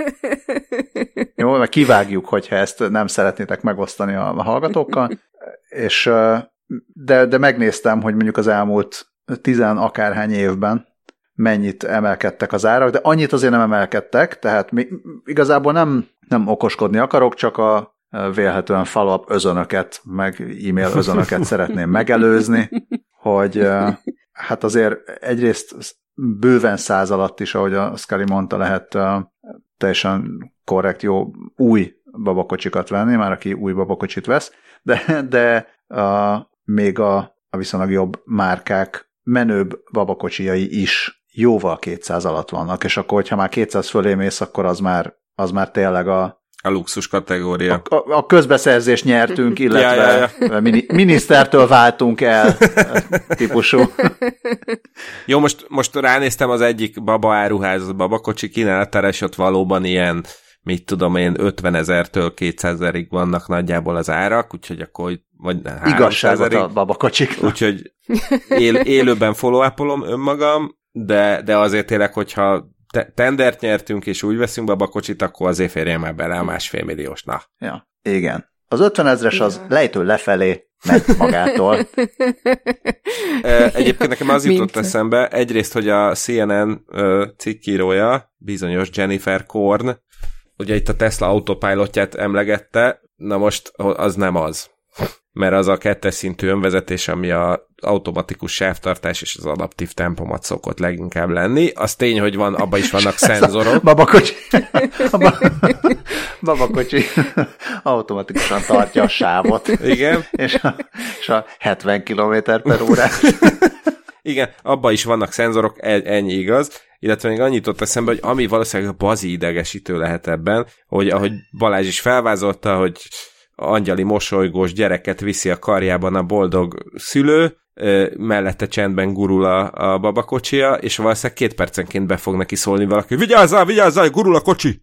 Jó, mert kivágjuk, hogyha ezt nem szeretnétek megosztani a hallgatókkal, és de, de megnéztem, hogy mondjuk az elmúlt tizen akárhány évben mennyit emelkedtek az árak, de annyit azért nem emelkedtek, tehát mi, igazából nem, nem okoskodni akarok, csak a vélhetően follow-up özönöket, meg e-mail özönöket szeretném megelőzni, hogy hát azért egyrészt bőven száz alatt is, ahogy a Scully mondta, lehet teljesen korrekt, jó új babakocsikat venni, már aki új babakocsit vesz, de, de a, még a, a viszonylag jobb márkák menőbb babakocsijai is jóval kétszáz alatt vannak, és akkor, hogyha már kétszáz fölé mész, akkor az már, az már tényleg a a luxus kategória. A, a, a közbeszerzést nyertünk, illetve ja, ja, ja. Mini, minisztertől váltunk el típusú. Jó, most, most ránéztem az egyik baba áruházat, babakocsi kínálatára, és ott valóban ilyen, mit tudom én, ötvenezertől kétszázezerig vannak nagyjából az árak, úgyhogy akkor vagy igazságot a babakocsik. Úgyhogy él, élőben follow-upolom önmagam, de, de azért tényleg, hogyha tendert nyertünk, és úgy veszünk babakocsit, akkor azért férjen már bele a másfél milliós. Na. Ja, igen. Az ötvenezres az ja. lejtő lefelé megy magától. Egyébként nekem az jutott Mint eszembe, egyrészt, hogy a C N N cikkírója, bizonyos Jennifer Korn, ugye itt a Tesla autopilotját emlegette, na most az nem az. mert az a kettes szintű önvezetés, ami az automatikus sávtartás és az adaptív tempomat szokott leginkább lenni. Az tény, hogy van, abban is vannak szenzorok. Babakocsi. Babakocsi automatikusan tartja a sávot. Igen. És a, és a hetven kilométer per órás. Igen, abban is vannak szenzorok, ennyi igaz, illetve még annyit ott eszembe, hogy ami valószínűleg bazi idegesítő lehet ebben, hogy ahogy Balázs is felvázolta, hogy angyali mosolygós gyereket viszi a karjában a boldog szülő, mellette csendben gurul a, a babakocsia, és valószínűleg két percenként be fog neki szólni valaki, vigyázzál, vigyázzál, gurul a kocsi!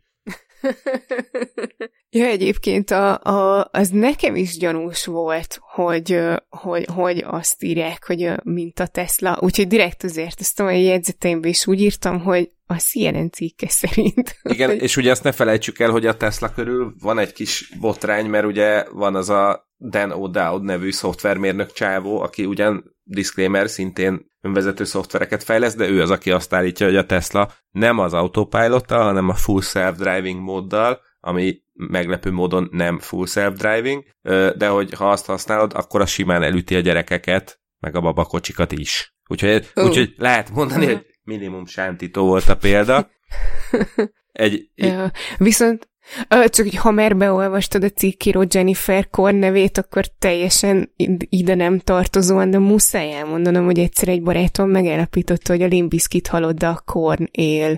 Ja, egyébként a, a, az nekem is gyanús volt, hogy, hogy, hogy azt írják, hogy mint a Tesla, úgyhogy direkt azért ezt a jegyzeteimben is úgy írtam, hogy a C N N cikke szerint. Igen, és ugye azt ne felejtsük el, hogy a Tesla körül van egy kis botrány, mert ugye van az a Dan O'Dowd nevű szoftvermérnök csávó, aki ugyan disclaimer, szintén önvezető szoftvereket fejleszt, de ő az, aki azt állítja, hogy a Tesla nem az autopilottal, hanem a full self-driving móddal, ami meglepő módon nem full self-driving, de hogy ha azt használod, akkor az simán elüti a gyerekeket, meg a babakocsikat is. Úgyhogy, uh. úgyhogy lehet mondani, uh-huh. hogy minimum sántító volt a példa. Egy, ja, viszont csak, hogy ha már beolvastad a cikkíró Jennifer Korn nevét, akkor teljesen ide nem tartozóan, de muszáj elmondanom, hogy egyszer egy barátom megállapította, hogy a Limp Bizkit halott, de a Korn él.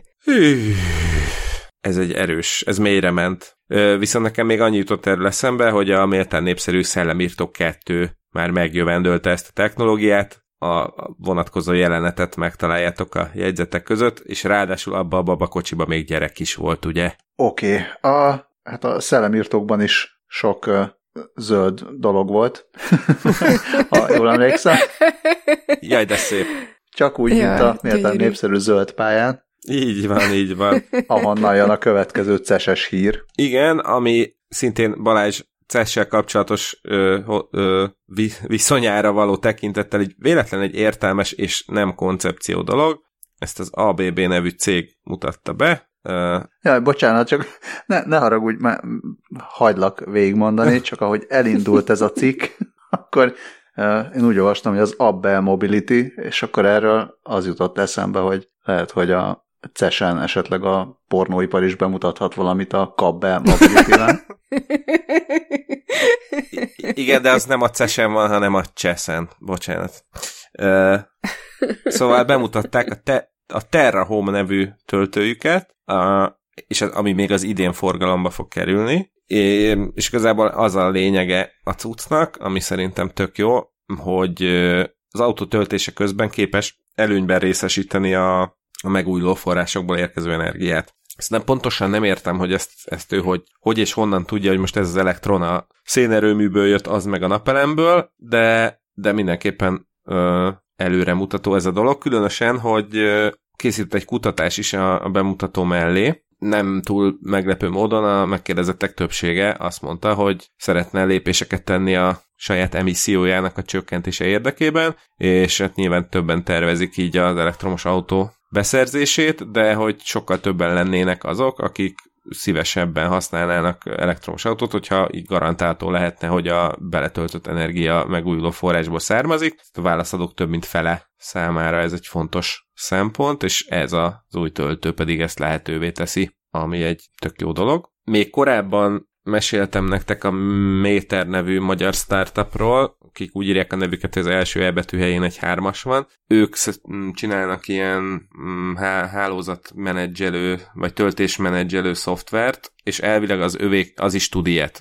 Ez egy erős, ez mélyre ment. Viszont nekem még annyi jutott erről eszembe, hogy a méltán népszerű Szellemírtók kettő már megjövendölte ezt a technológiát, a vonatkozó jelenetet megtaláljátok a jegyzetek között, és ráadásul abba a babakocsiba még gyerek is volt, ugye? Oké, okay. a, hát a Szellemírtókban is sok uh, zöld dolog volt, ha jól emlékszem. Jaj, de szép. Csak úgy, ja, mint a méltán népszerű zöld pályán. Így van, így van. Ahonnan jön a következő ceses hír. Igen, ami szintén Balázs cessel kapcsolatos ö, ö, viszonyára való tekintettel így véletlen egy értelmes és nem koncepció dolog. Ezt az á bé bé nevű cég mutatta be. Uh, Jaj, bocsánat, csak ne, ne haragudj, mert hagylak végigmondani, csak ahogy elindult ez a cikk, akkor uh, én úgy olvastam, hogy az Abel Mobility, és akkor erről az jutott eszembe, hogy lehet, hogy a cesen esetleg a pornóipar is bemutathat valamit a Kabel Mobility-ben. Igen, de az nem a cesen van, hanem a cseszen. Bocsánat. Uh, szóval bemutatták a, te, a Terra Home nevű töltőjüket, a, és az, ami még az idén forgalomba fog kerülni, és igazából az a lényege a cuccnak, ami szerintem tök jó, hogy az autó töltése közben képes előnyben részesíteni a, a megújuló forrásokból érkező energiát. Ezt nem pontosan nem értem, hogy ezt, ezt ő hogy, hogy és honnan tudja, hogy most ez az elektron a szénerőműből jött, az meg a napelemből, de, de mindenképpen ö, előremutató ez a dolog, különösen, hogy ö, készített egy kutatás is a, a bemutató mellé, nem túl meglepő módon a megkérdezettek többsége azt mondta, hogy szeretne lépéseket tenni a saját emissziójának a csökkentése érdekében, és hát nyilván többen tervezik így az elektromos autó beszerzését, de hogy sokkal többen lennének azok, akik szívesebben használnának elektromos autót, hogyha így garantálható lehetne, hogy a beletöltött energia megújuló forrásból származik. A válaszadók több mint fele számára ez egy fontos szempont, és ez az új töltő pedig ezt lehetővé teszi, ami egy tök jó dolog. Még korábban meséltem nektek a Méter nevű magyar startupról, akik úgy írják a nevüket, hogy az első E betű helyén egy hármas van. Ők csinálnak ilyen hálózatmenedzselő, vagy töltésmenedzselő szoftvert, és elvileg az övék, az is tud ilyet,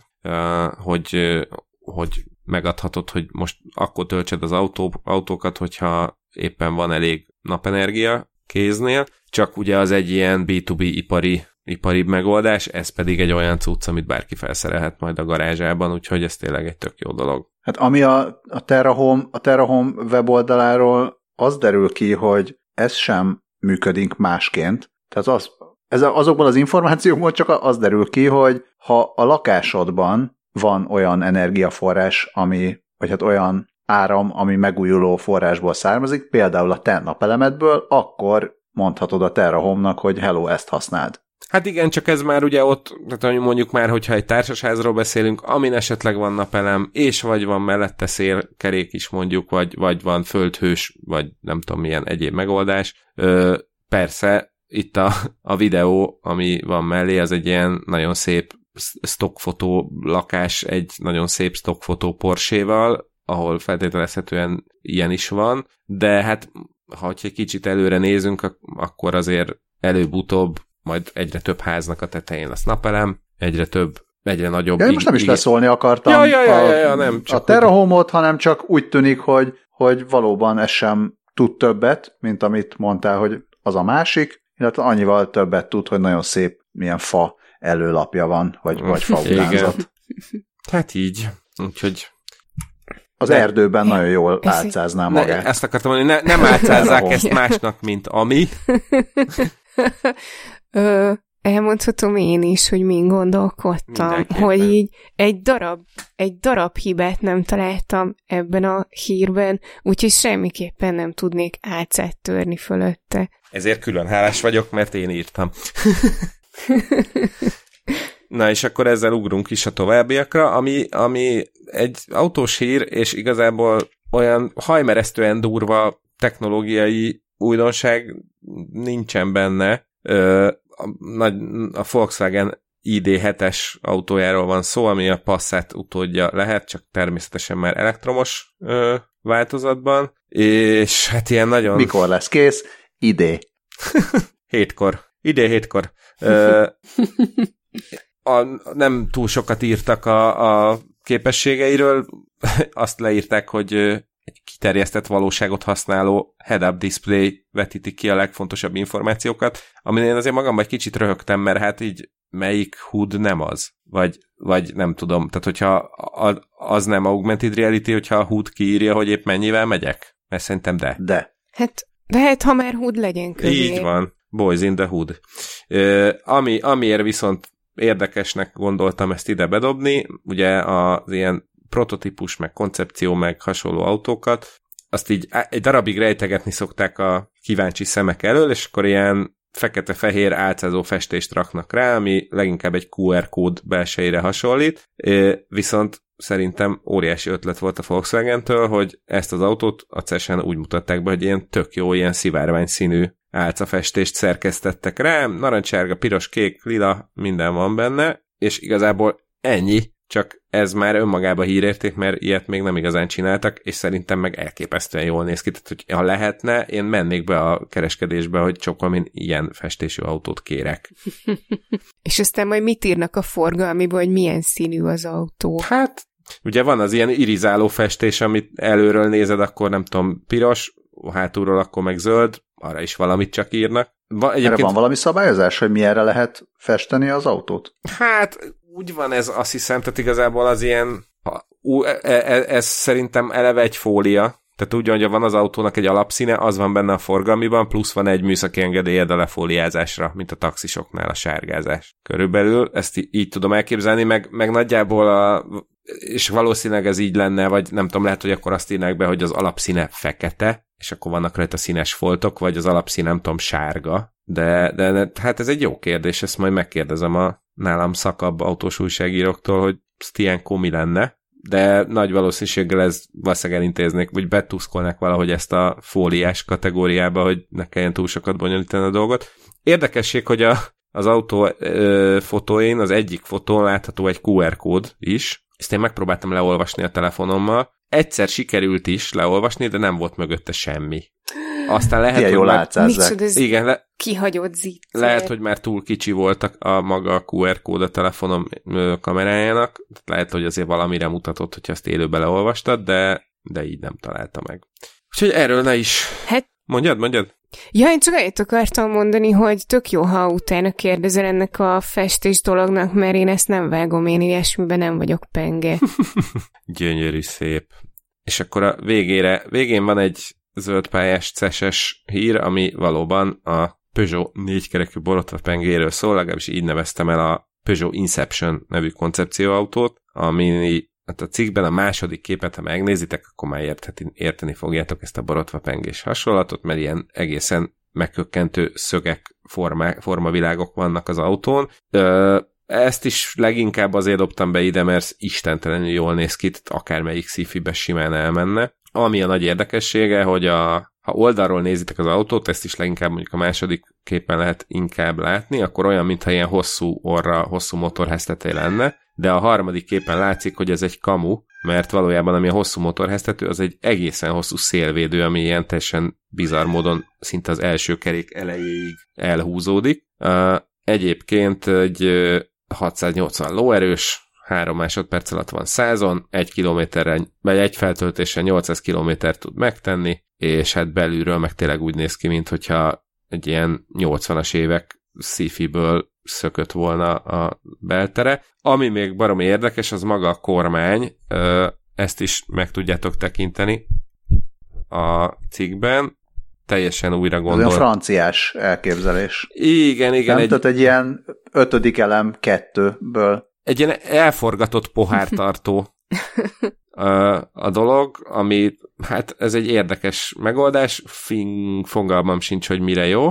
hogy, hogy megadhatod, hogy most akkor töltsed az autó, autókat, hogyha éppen van elég napenergia kéznél, csak ugye az egy ilyen bé kettő bé ipari iparibb megoldás, ez pedig egy olyan cucc, amit bárki felszerelhet majd a garázsában, úgyhogy ez tényleg egy tök jó dolog. Hát ami a, a Terra Home, a Terra Home weboldaláról az derül ki, hogy ez sem működik másként. Tehát az, ez azokból az információkból csak az derül ki, hogy ha a lakásodban van olyan energiaforrás, ami, vagy hát olyan áram, ami megújuló forrásból származik, például a te napelemedből, akkor mondhatod a Terra Home-nak, hogy hello, ezt használd. Hát igen, csak ez már ugye ott, tehát mondjuk már, hogyha egy társasházról beszélünk, amin esetleg van napelem, és vagy van mellette szélkerék is mondjuk, vagy, vagy van földhős, vagy nem tudom milyen egyéb megoldás. Ö, persze, itt a, a videó, ami van mellé, az egy ilyen nagyon szép stockfotó lakás, egy nagyon szép stockfotó Porsche-val, ahol feltételezhetően ilyen is van, de hát ha egy kicsit előre nézünk, akkor azért előbb-utóbb majd egyre több háznak a tetején lesz napelem, egyre több, egyre nagyobb... Ja, én most nem is leszólni akartam ja, ja, ja, ja, ja, nem, a, a Terrahome-ot, hanem csak úgy tűnik, hogy, hogy valóban ez sem tud többet, mint amit mondtál, hogy az a másik, illetve annyival többet tud, hogy nagyon szép milyen fa előlapja van, vagy, vagy fa utánzat. Hát így, úgyhogy... Az de, erdőben nagyon jól álcázná magát. Ne, ezt akartam mondani, ne, nem álcázzák ezt másnak, mint ami. Ö, elmondhatom én is, hogy min gondolkodtam, hogy így egy darab, egy darab hibát nem találtam ebben a hírben, úgyhogy semmiképpen nem tudnék álcát törni fölötte. Ezért külön hálás vagyok, mert én írtam. Na, és akkor ezzel ugrunk is a továbbiakra, ami, ami egy autós hír, és igazából olyan hajmeresztően durva technológiai újdonság nincsen benne. Ö, a, nagy, a Volkswagen I D hetes autójáról van szó, ami a Passat utódja lehet, csak természetesen már elektromos ö, változatban, és hát ilyen nagyon... Mikor lesz kész? Idé. Hétkor. Idé hétkor. Ö, a, nem túl sokat írtak a, a képességeiről, azt leírták, hogy egy kiterjesztett valóságot használó head-up display vetíti ki a legfontosabb információkat, amin én azért magam egy kicsit röhögtem, mert hát így melyik hud nem az? Vagy, vagy nem tudom, tehát hogyha az nem augmented reality, hogyha a hud kiírja, hogy épp mennyivel megyek? Mert szerintem de. De. Hát, de hát ha már hud legyen közé. Így van. Boys in the hood. Uh, ami, amiért viszont érdekesnek gondoltam ezt ide bedobni, ugye az ilyen prototípus, meg koncepció, meg hasonló autókat, azt így egy darabig rejtegetni szokták a kíváncsi szemek elől, és akkor ilyen fekete-fehér álcázó festést raknak rá, ami leginkább egy kú er kód belsejére hasonlít, viszont szerintem óriási ötlet volt a Volkswagen-től, hogy ezt az autót a cé e es-en úgy mutatták be, hogy ilyen tök jó, ilyen szivárvány színű álcafestést szerkesztettek rá, narancsárga, piros, kék, lila, minden van benne, és igazából ennyi, csak ez már önmagában hírérték, mert ilyet még nem igazán csináltak, és szerintem meg elképesztően jól néz ki, tehát hogy ha lehetne, én mennék be a kereskedésbe, hogy csokolmin ilyen festésű autót kérek. És aztán majd mit írnak a forgalmiból, hogy milyen színű az autó? Hát, ugye van az ilyen irizáló festés, amit előről nézed, akkor nem tudom, piros, hátulról akkor meg zöld, arra is valamit csak írnak. Va, egyébként... Erre van valami szabályozás, hogy milyenre lehet festeni az autót? Hát, úgy van ez, azt hiszem, tehát igazából az ilyen, ú, ez, ez szerintem eleve egy fólia, tehát úgy, hogy van az autónak egy alapszíne, az van benne a forgalmiban, plusz van egy műszaki engedélyed a lefóliázásra, mint a taxisoknál a sárgázás. Körülbelül ezt így tudom elképzelni, meg, meg nagyjából a, és valószínűleg ez így lenne, vagy nem tudom, lehet, hogy akkor azt írnák be, hogy az alapszíne fekete, és akkor vannak rajta színes foltok, vagy az alapszín nem tudom, sárga, de, de hát ez egy jó kérdés, ezt majd megkérdezem a nálam szakabb autós újságíróktól, hogy ezt ilyenkor mi lenne, de nagy valószínűséggel ez valószínűleg elintéznék, vagy betuszkolnak valahogy ezt a fóliás kategóriába, hogy ne kelljen túl sokat bonyolítani a dolgot. Érdekesség, hogy a, az autó ö, fotóin, az egyik fotón látható egy kú er kód is, ezt én megpróbáltam leolvasni a telefonommal, egyszer sikerült is leolvasni, de nem volt mögötte semmi. Aztán lehet, ilyen hogy jól már... átszázzák. Igen, le... kihagyott zicser. Lehet, hogy már túl kicsi volt a, a maga a kú er kód a telefonom kamerájának, lehet, hogy azért valamire mutatott, hogyha ezt élőbe leolvastad, de, de így nem találta meg. Úgyhogy erről ne is. Hát... Mondjad, mondjad? Ja, én csak annyit akartam mondani, hogy tök jó, ha utána kérdezel ennek a festés dolognak, mert én ezt nem vágom, én ilyesmiben nem vagyok penge. Gyönyörű, szép. És akkor a végére, végén van egy zöldpályás cé e es-es hír, ami valóban a Peugeot négykerekű borotva pengéről szól, legalábbis így neveztem el a Peugeot Inception nevű koncepcióautót, ami hát a cikkben a második képet, ha megnézitek, akkor már érteni, érteni fogjátok ezt a borotva pengés hasonlatot, mert ilyen egészen megkökkentő szögek formák, formavilágok vannak az autón. Ö, ezt is leginkább azért dobtam be ide, mert istentelenül jól néz ki, akármelyik sci-fibe simán elmenne. Ami a nagy érdekessége, hogy a, ha oldalról nézitek az autót, ezt is leginkább mondjuk a második képen lehet inkább látni, akkor olyan, mintha ilyen hosszú orra, hosszú motorháztető lenne, de a harmadik képen látszik, hogy ez egy kamu, mert valójában ami a hosszú motorháztető, az egy egészen hosszú szélvédő, ami ilyen teljesen bizarr módon szinte az első kerék elejéig elhúzódik. Uh, egyébként egy hatszáznyolcvan lóerős, három másodperc alatt van százon, egy kilométerre, vagy egy feltöltésen nyolcszáz kilométert tud megtenni, és hát belülről meg tényleg úgy néz ki, mint hogyha egy ilyen nyolcvanas évek sci-fiből szökött volna a beltere. Ami még baromi érdekes, az maga a kormány, ezt is meg tudjátok tekinteni a cikkben, teljesen újra gondolt. Ez a franciás elképzelés. Igen, igen. Nem, egy... tehát egy ilyen ötödik elem kettőből. Egy ilyen elforgatott pohártartó a, a dolog, ami, hát ez egy érdekes megoldás, Fing, fogalmam sincs, hogy mire jó,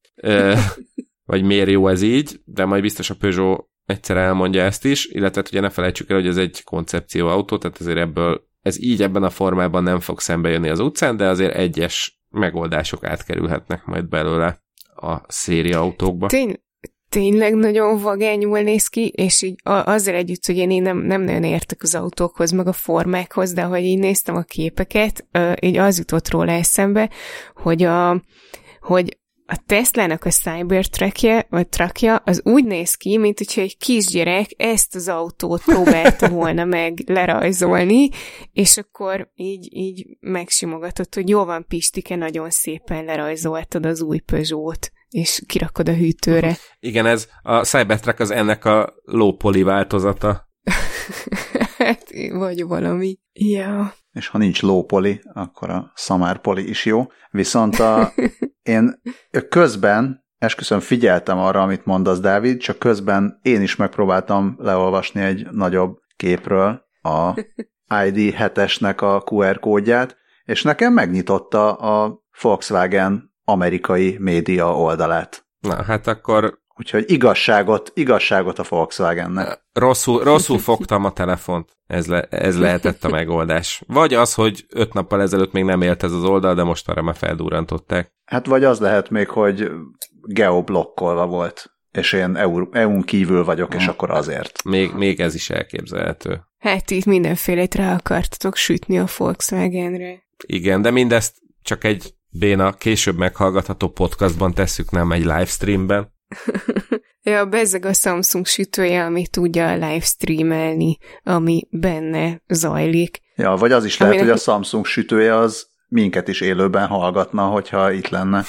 vagy miért jó ez így, de majd biztos a Peugeot egyszer elmondja ezt is, illetve ugye ne felejtsük el, hogy ez egy koncepcióautó, tehát azért ebből, ez így ebben a formában nem fog szembe jönni az utcán, de azért egyes megoldások átkerülhetnek majd belőle a szériaautókba. Tény, tényleg nagyon vagányul néz ki, és így azzal együtt, hogy én nem, nem nagyon értek az autókhoz, meg a formákhoz, de ahogy így néztem a képeket, így az jutott róla eszembe, hogy a, hogy a Teslának a Cybertruckja, vagy truckja, az úgy néz ki, mint hogyha egy kisgyerek ezt az autót próbálta volna meg lerajzolni, és akkor így, így megsimogatott, hogy jó van, Pistike, nagyon szépen lerajzoltad az új Peugeot, és kirakod a hűtőre. Igen, ez a Cybertruck az ennek a low-poly változata. Hát, vagy valami. Ja. És ha nincs low-poly, akkor a szamár-poly is jó. Viszont a, én közben, esküszöm, figyeltem arra, amit mondasz, Dávid, csak közben én is megpróbáltam leolvasni egy nagyobb képről a I D hetesnek a Q R kódját, és nekem megnyitotta a Volkswagen amerikai média oldalát. Na, hát akkor... Úgyhogy igazságot, igazságot a Volkswagennek. Rosszul, rosszul fogtam a telefont. Ez, le, ez lehetett a megoldás. Vagy az, hogy öt nappal ezelőtt még nem élt ez az oldal, de most arra már feldurrantották. Hát vagy az lehet még, hogy geoblokkolva volt, és én é u-n kívül vagyok, és akkor azért. Még, még ez is elképzelhető. Hát itt mindenfélét rá akartatok sütni a Volkswagenre. Igen, de mindezt csak egy béna, később meghallgatható podcastban tesszük, nem egy livestreamben. Ja, bezzeg a Samsung sütője, ami tudja livestreamelni, ami benne zajlik. Ja, vagy az is lehet, Aminek... hogy a Samsung sütője az minket is élőben hallgatna, hogyha itt lenne.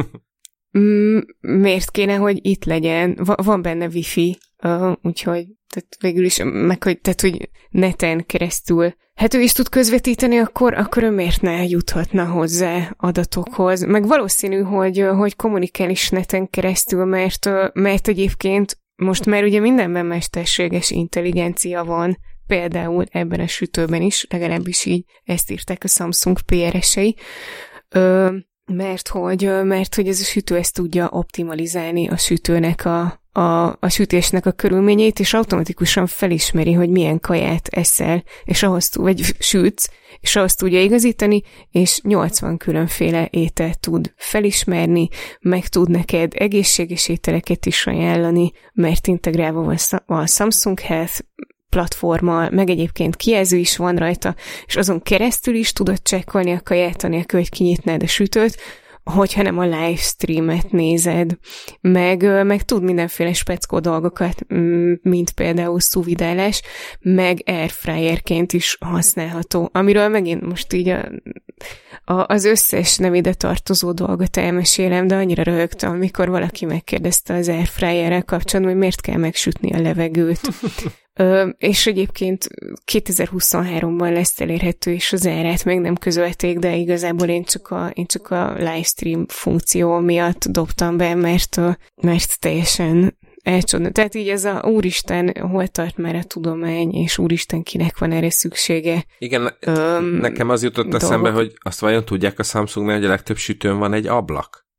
Mm, miért kéne, hogy itt legyen? Va- van benne wifi, uh, úgyhogy tehát végül is, meg hogy, tehát, hogy neten keresztül, hát ő is tud közvetíteni, akkor, akkor ő miért ne juthatna hozzá adatokhoz? Meg valószínű, hogy, hogy kommunikál is neten keresztül, mert, mert egyébként most már ugye mindenben mesterséges intelligencia van, például ebben a sütőben is, legalábbis így ezt írták a Samsung pé er esei, Ö, mert hogy, mert hogy ez a sütő ezt tudja optimalizálni a sütőnek a A, a sütésnek a körülményeit, és automatikusan felismeri, hogy milyen kaját eszel, és ahhoz tud, vagy sütsz, és ahhoz tudja igazítani, és nyolcvan különféle ételt tud felismerni, meg tud neked egészséges ételeket is ajánlani, mert integrálva van a Samsung Health platformmal, meg egyébként kijelző is van rajta, és azon keresztül is tudod csekkolni a kaját, anélkül, hogy kinyitnád a sütőt, hogyha nem a livestreamet nézed, meg, meg tud mindenféle speckó dolgokat, mint például szuvidálás, meg airfryerként is használható, amiről megint most így a, a, az összes nem ide tartozó dolgot elmesélem, de annyira röhögtem, amikor valaki megkérdezte az airfryerrel kapcsolatban, hogy miért kell megsütni a levegőt. Ö, és egyébként kétezer-huszonháromban lesz elérhető, és az árát még nem közölték, de igazából én csak a, én csak a livestream funkció miatt dobtam be, mert, mert teljesen elcsodna. Tehát így ez a úristen, hol tart már a tudomány, és úristen, kinek van erre szüksége. Igen, Öm, nekem az jutott dolgok. eszembe, hogy azt vajon tudják a Samsungnál, hogy a legtöbb sütőn van egy ablak?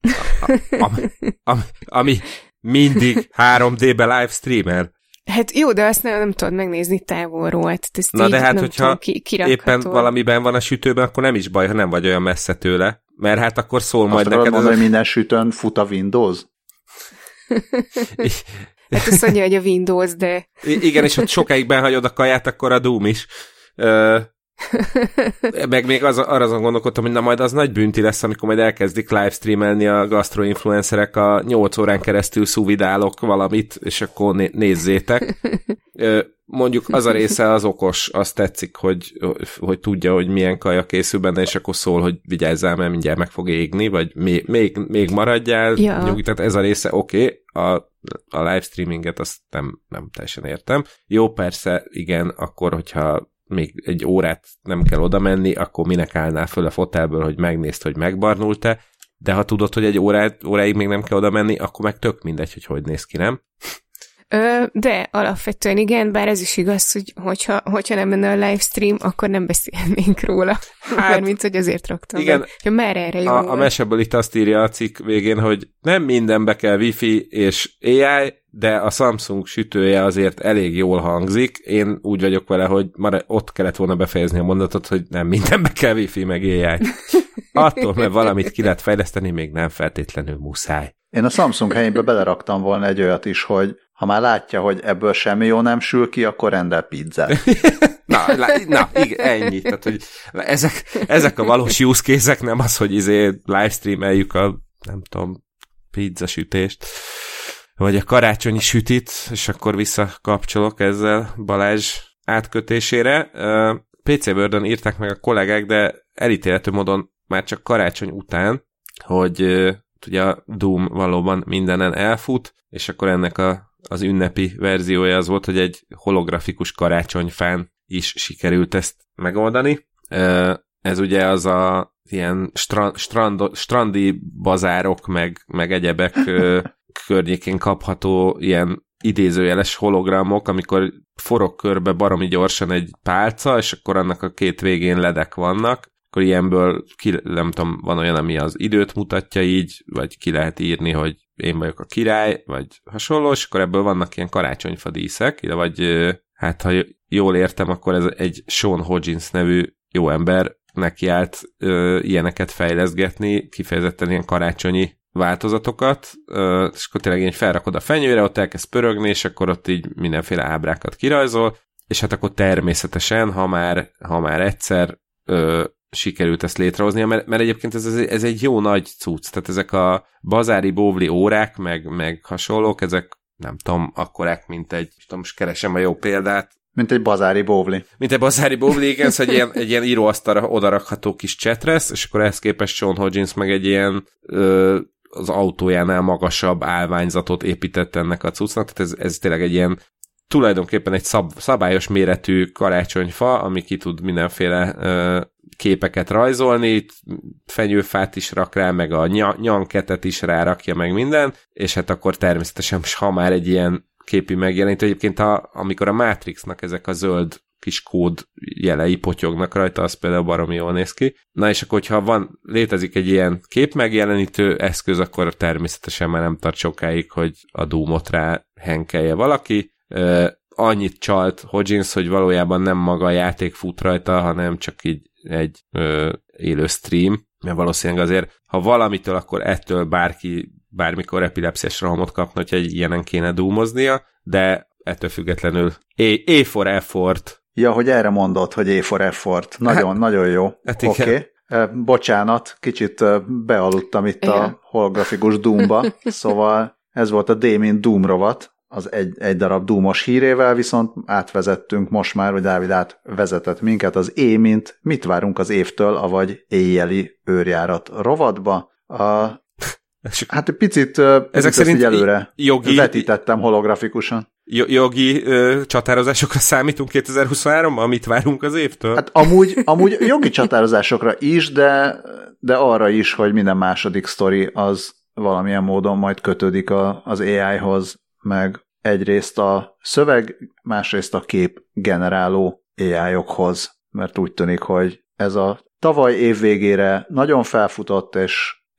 A, a, a, ami mindig három dé-be live streamer. Hát jó, de azt nem, nem tudod megnézni távolról. Na de hát, hogyha ki, éppen valamiben van a sütőben, akkor nem is baj, ha nem vagy olyan messze tőle. Mert hát akkor szól azt majd neked... Azt mondani, hogy minden sütőn fut a Windows? Hát azt mondja, hogy a Windows, de... I- igen, és ha sokáig benhagyod a kaját, akkor a Doom is. Ö, meg még az, arra azon gondolkodtam, hogy na majd az nagy bünti lesz, amikor majd elkezdik livestreamelni a gastroinfluencerek a nyolc órán keresztül szuvidálok valamit, és akkor né- nézzétek. Ö, mondjuk az a része az okos, azt tetszik, hogy, hogy tudja, hogy milyen kaja készül benne, és akkor szól, hogy vigyázzál, mert mindjárt meg fog égni, vagy még, még, még maradjál, ja. Nyugi, tehát ez a része oké, okay. a, a livestreaminget azt nem, nem teljesen értem. Jó, persze, igen, akkor, hogyha még egy órát nem kell oda menni, akkor minek állnál föl a fotelből, hogy megnézd, hogy megbarnult-e, de ha tudod, hogy egy órát, óráig még nem kell oda menni, akkor meg tök mindegy, hogy hogy néz ki, nem? Ö, de alapvetően igen, bár ez is igaz, hogy hogyha, hogyha nem menne a livestream, akkor nem beszélnénk róla. Hát, Mármint, hogy azért raktam. Igen, be. Már erre jó. A, a meseből itt azt írja a cikk végén, hogy nem mindenbe kell Wi-Fi és á i, de a Samsung sütője azért elég jól hangzik. Én úgy vagyok vele, hogy már ott kellett volna befejezni a mondatot, hogy nem mindenbe kell Wi-Fi meg á i. Attól, mert valamit ki lehet fejleszteni, még nem feltétlenül muszáj. Én a Samsung helyébe beleraktam volna egy olyat is, hogy ha már látja, hogy ebből semmi jó nem sül ki, akkor rendel pizzát. na, na, igen, ennyi. Tehát, hogy ezek, ezek a valós use case-ek, nem az, hogy izé livestreameljük a, nem tudom, pizzasütést, vagy a karácsonyi sütit, és akkor visszakapcsolok ezzel Balázs átkötésére. pé cé World-on írták meg a kollégák, de elítélhető módon már csak karácsony után, hogy ugye a Doom valóban mindenen elfut, és akkor ennek a, az ünnepi verziója az volt, hogy egy holografikus karácsonyfán is sikerült ezt megoldani. Ez ugye az a ilyen strand, strand, strandi bazárok, meg, meg egyebek környékén kapható ilyen idézőjeles hologramok, amikor forog körbe baromi gyorsan egy pálca, és akkor annak a két végén ledek vannak, akkor ilyenből ki, nem tudom, van olyan, ami az időt mutatja így, vagy ki lehet írni, hogy én vagyok a király, vagy hasonló, és akkor ebből vannak ilyen karácsonyfa díszek, vagy hát ha jól értem, akkor ez egy Sean Hodgins nevű jó ember nekiállt ö, ilyeneket fejleszgetni, kifejezetten ilyen karácsonyi változatokat, ö, és akkor tényleg így felrakod a fenyőre, ott elkezd pörögni, és akkor ott így mindenféle ábrákat kirajzol, és hát akkor természetesen, ha már, ha már egyszer ö, sikerült ezt létrehozni, mert, mert egyébként ez, ez egy jó nagy cucc, tehát ezek a bazári bóvli órák, meg, meg hasonlók, ezek nem tudom, akkorák, mint egy, tudom, most keresem a jó példát, Mint egy bazári bóvli. Mint egy bazári bóvli, igen, szóval egy ilyen, egy ilyen íróasztalra odarakható kis csetresz, és akkor ehhez képest Sean Hodgins meg egy ilyen ö, az autójánál magasabb állványzatot épített ennek a cuccnak, tehát ez, ez tényleg egy ilyen tulajdonképpen egy szab, szabályos méretű karácsonyfa, ami ki tud mindenféle ö, képeket rajzolni, fenyőfát is rak rá, meg a ny- nyanketet is rárakja, meg minden, és hát akkor természetesen, ha már egy ilyen képi megjelenítő, egyébként a, amikor a Matrixnak ezek a zöld kis kód jelei potyognak rajta, az például baromi jól néz ki. Na és akkor, hogyha van, létezik egy ilyen kép megjelenítő eszköz, akkor természetesen már nem tart sokáig, hogy a Doomot rá henkelje valaki. Uh, annyit csalt Hodgins, hogy valójában nem maga a játék fut rajta, hanem csak így egy uh, élő stream, mert valószínűleg azért, ha valamitől, akkor ettől bárki bármikor epilepsziás rohamot kapna, hogyha egy ilyenen kéne dúmoznia, de ettől függetlenül A, A for effort. Ja, hogy erre mondod, hogy A for effort. Nagyon, hát, nagyon jó. Hát Oké. Okay. Bocsánat, kicsit bealudtam itt igen. a holografikus Doomba, szóval ez volt a D mint Doom rovat, az egy, egy darab Doomos hírével, viszont átvezettünk most már, hogy Dávid átvezetett minket az É mint mit várunk az évtől, avagy éjjeli őrjárat rovatba. A Hát egy picit, ezek szerint előre jogi, vetítettem holografikusan. Jogi ö, csatározásokra számítunk kétezer-huszonháromban, amit várunk az évtől? Hát amúgy, amúgy jogi csatározásokra is, de, de arra is, hogy minden második sztori az valamilyen módon majd kötődik a, az á i-hoz, meg egyrészt a szöveg, másrészt a kép generáló á i-okhoz, mert úgy tűnik, hogy ez a tavaly év végére nagyon felfutott, és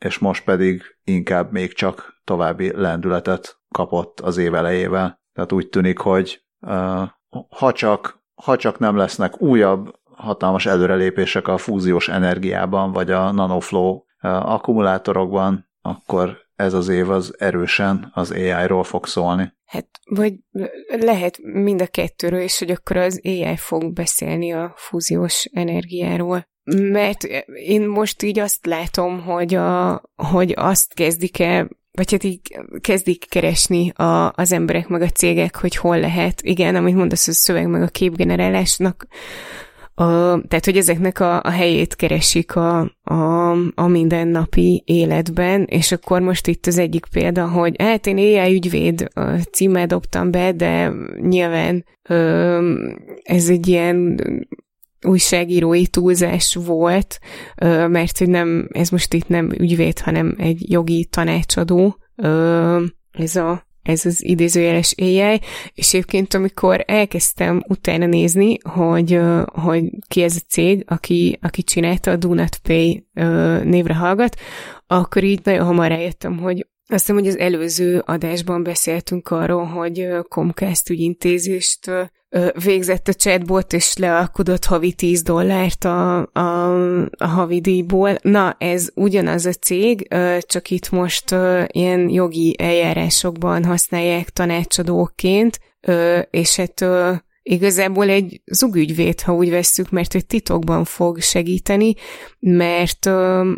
és most pedig inkább még csak további lendületet kapott az év elejével. Tehát úgy tűnik, hogy uh, ha, csak, ha csak nem lesznek újabb hatalmas előrelépések a fúziós energiában, vagy a nanoflow uh, akkumulátorokban, akkor ez az év az erősen az á í-ról fog szólni. Hát, vagy lehet mind a kettőről, és hogy akkor az á í fog beszélni a fúziós energiáról. Mert én most így azt látom, hogy, a, hogy azt kezdik el, vagy hát így kezdik keresni a, az emberek meg a cégek, hogy hol lehet. Igen, amit mondasz, a szöveg meg a képgenerálásnak, a, tehát, hogy ezeknek a, a helyét keresik a, a, a mindennapi életben, és akkor most itt az egyik példa, hogy hát én á í ügyvéd címmel dobtam be, de nyilván ö, ez egy ilyen újságírói túlzás volt, ö, mert hogy nem, ez most itt nem ügyvéd, hanem egy jogi tanácsadó, ö, ez a ez az idézőjeles á í, és egyébként amikor elkezdtem utána nézni, hogy, hogy ki ez a cég, aki, aki csinálta, a Do Not Pay névre hallgat, akkor így nagyon hamar rájöttem, hogy azt hiszem, hogy az előző adásban beszéltünk arról, hogy Comcast ügyintézést végzett a chatbot, és lealkudott havi tíz dollárt a, a, a havi díjból. Na, ez ugyanaz a cég, csak itt most ilyen jogi eljárásokban használják tanácsadóként, és hát igazából egy zugügyvéd, ha úgy vesszük, mert egy titokban fog segíteni, mert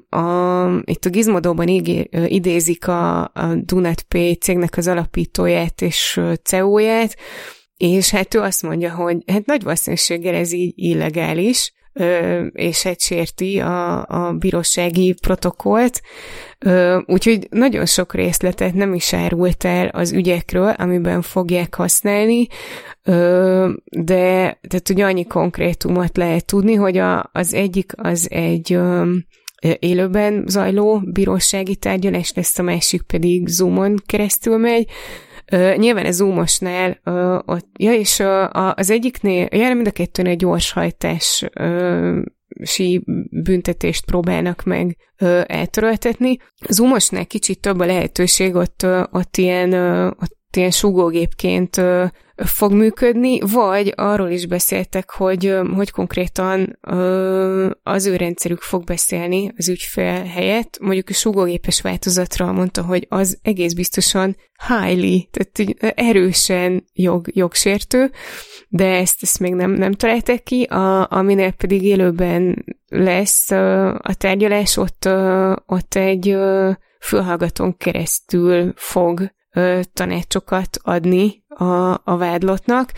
a, itt a Gizmodóban idézik a, a Do Not Pay cégnek az alapítóját és cé e ó-ját, és hát ő azt mondja, hogy hát nagy valószínűséggel ez így illegális, és hát sérti a, a bírósági protokollt, úgyhogy nagyon sok részletet nem is árult el az ügyekről, amiben fogják használni, de tehát ugye annyi konkrétumot lehet tudni, hogy a, az egyik az egy élőben zajló bírósági tárgyalás lesz, a másik pedig Zoomon keresztül megy. Uh, nyilván a Zoomosnál uh, ott, ja, és uh, az egyiknél, ja, mind a kettőnél gyorshajtási uh, büntetést próbálnak meg uh, eltöröltetni. A Zoomosnál kicsit több a lehetőség, ott, uh, ott ilyen, uh, ott ilyen súgógépként uh, fog működni, vagy arról is beszéltek, hogy, hogy konkrétan az ő rendszerük fog beszélni az ügyfél helyett. Mondjuk a súgógépes változatra mondta, hogy az egész biztosan highly, tehát erősen jog, jogsértő, de ezt, ezt még nem, nem találták ki. A, aminél pedig élőben lesz a tárgyalás, ott, ott egy fülhallgatón keresztül fog tanácsokat adni a, a vádlottnak,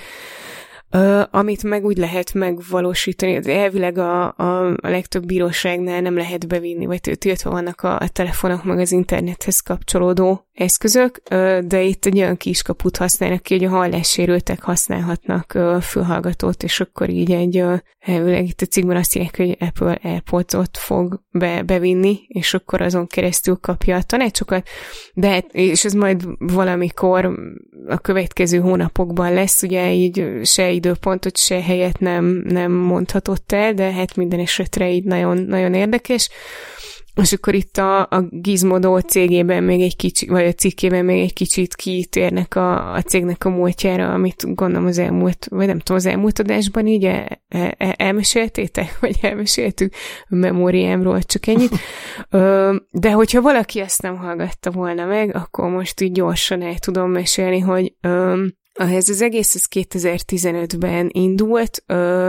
uh, amit meg úgy lehet megvalósítani, az elvileg a, a, a legtöbb bíróságnál nem lehet bevinni, vagy tiltva vannak a, a telefonok, meg az internethez kapcsolódó eszközök, uh, de itt egy olyan kiskaput használnak ki, hogy a hallássérültek használhatnak uh, fülhallgatót, és akkor így egy uh, elvileg itt a cikkben azt írják, hogy Apple AirPods-ot fog be, bevinni, és akkor azon keresztül kapja a tanácsokat, de hát, és ez majd valamikor a következő hónapokban lesz, ugye így se időpontot, se helyet nem, nem mondhatott el, de hát minden esetre így nagyon, nagyon érdekes. És akkor itt a, a Gizmodo cégében még egy kicsit, vagy a cikkében még egy kicsit kitérnek a, a cégnek a múltjára, amit gondolom az elmúlt, vagy nem tudom, az elmúlt adásban így el, el, elmeséltétek, vagy elmeséltük a memóriámról, csak ennyit. De hogyha valaki ezt nem hallgatta volna meg, akkor most így gyorsan el tudom mesélni, hogy ez az egész ez kétezer-tizenötben indult,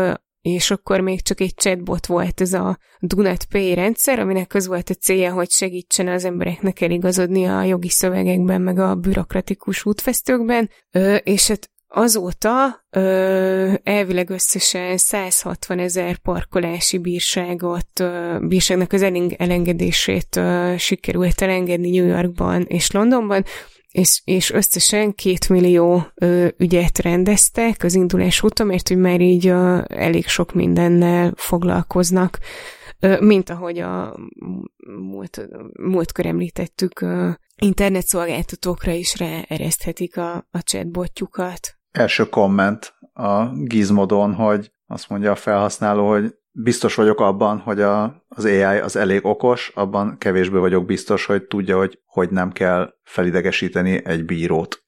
és akkor még csak egy chatbot volt ez a Do Not Pay rendszer, aminek az volt a célja, hogy segítsen az embereknek eligazodni a jogi szövegekben, meg a bürokratikus útvesztőkben, és hát azóta elvileg összesen száz hatvan ezer parkolási bírságot, bírságnak az elengedését sikerült elengedni New Yorkban és Londonban, És, és összesen két millió ö, ügyet rendeztek az indulás óta, mert hogy már így ö, elég sok mindennel foglalkoznak, ö, mint ahogy a múlt, múltkor említettük, ö, internetszolgáltatókra is ráereszthetik a, a chatbotjukat. Első komment a Gizmodon, hogy azt mondja a felhasználó, hogy biztos vagyok abban, hogy a, az á i az elég okos, abban kevésbé vagyok biztos, hogy tudja, hogy hogy nem kell felidegesíteni egy bírót.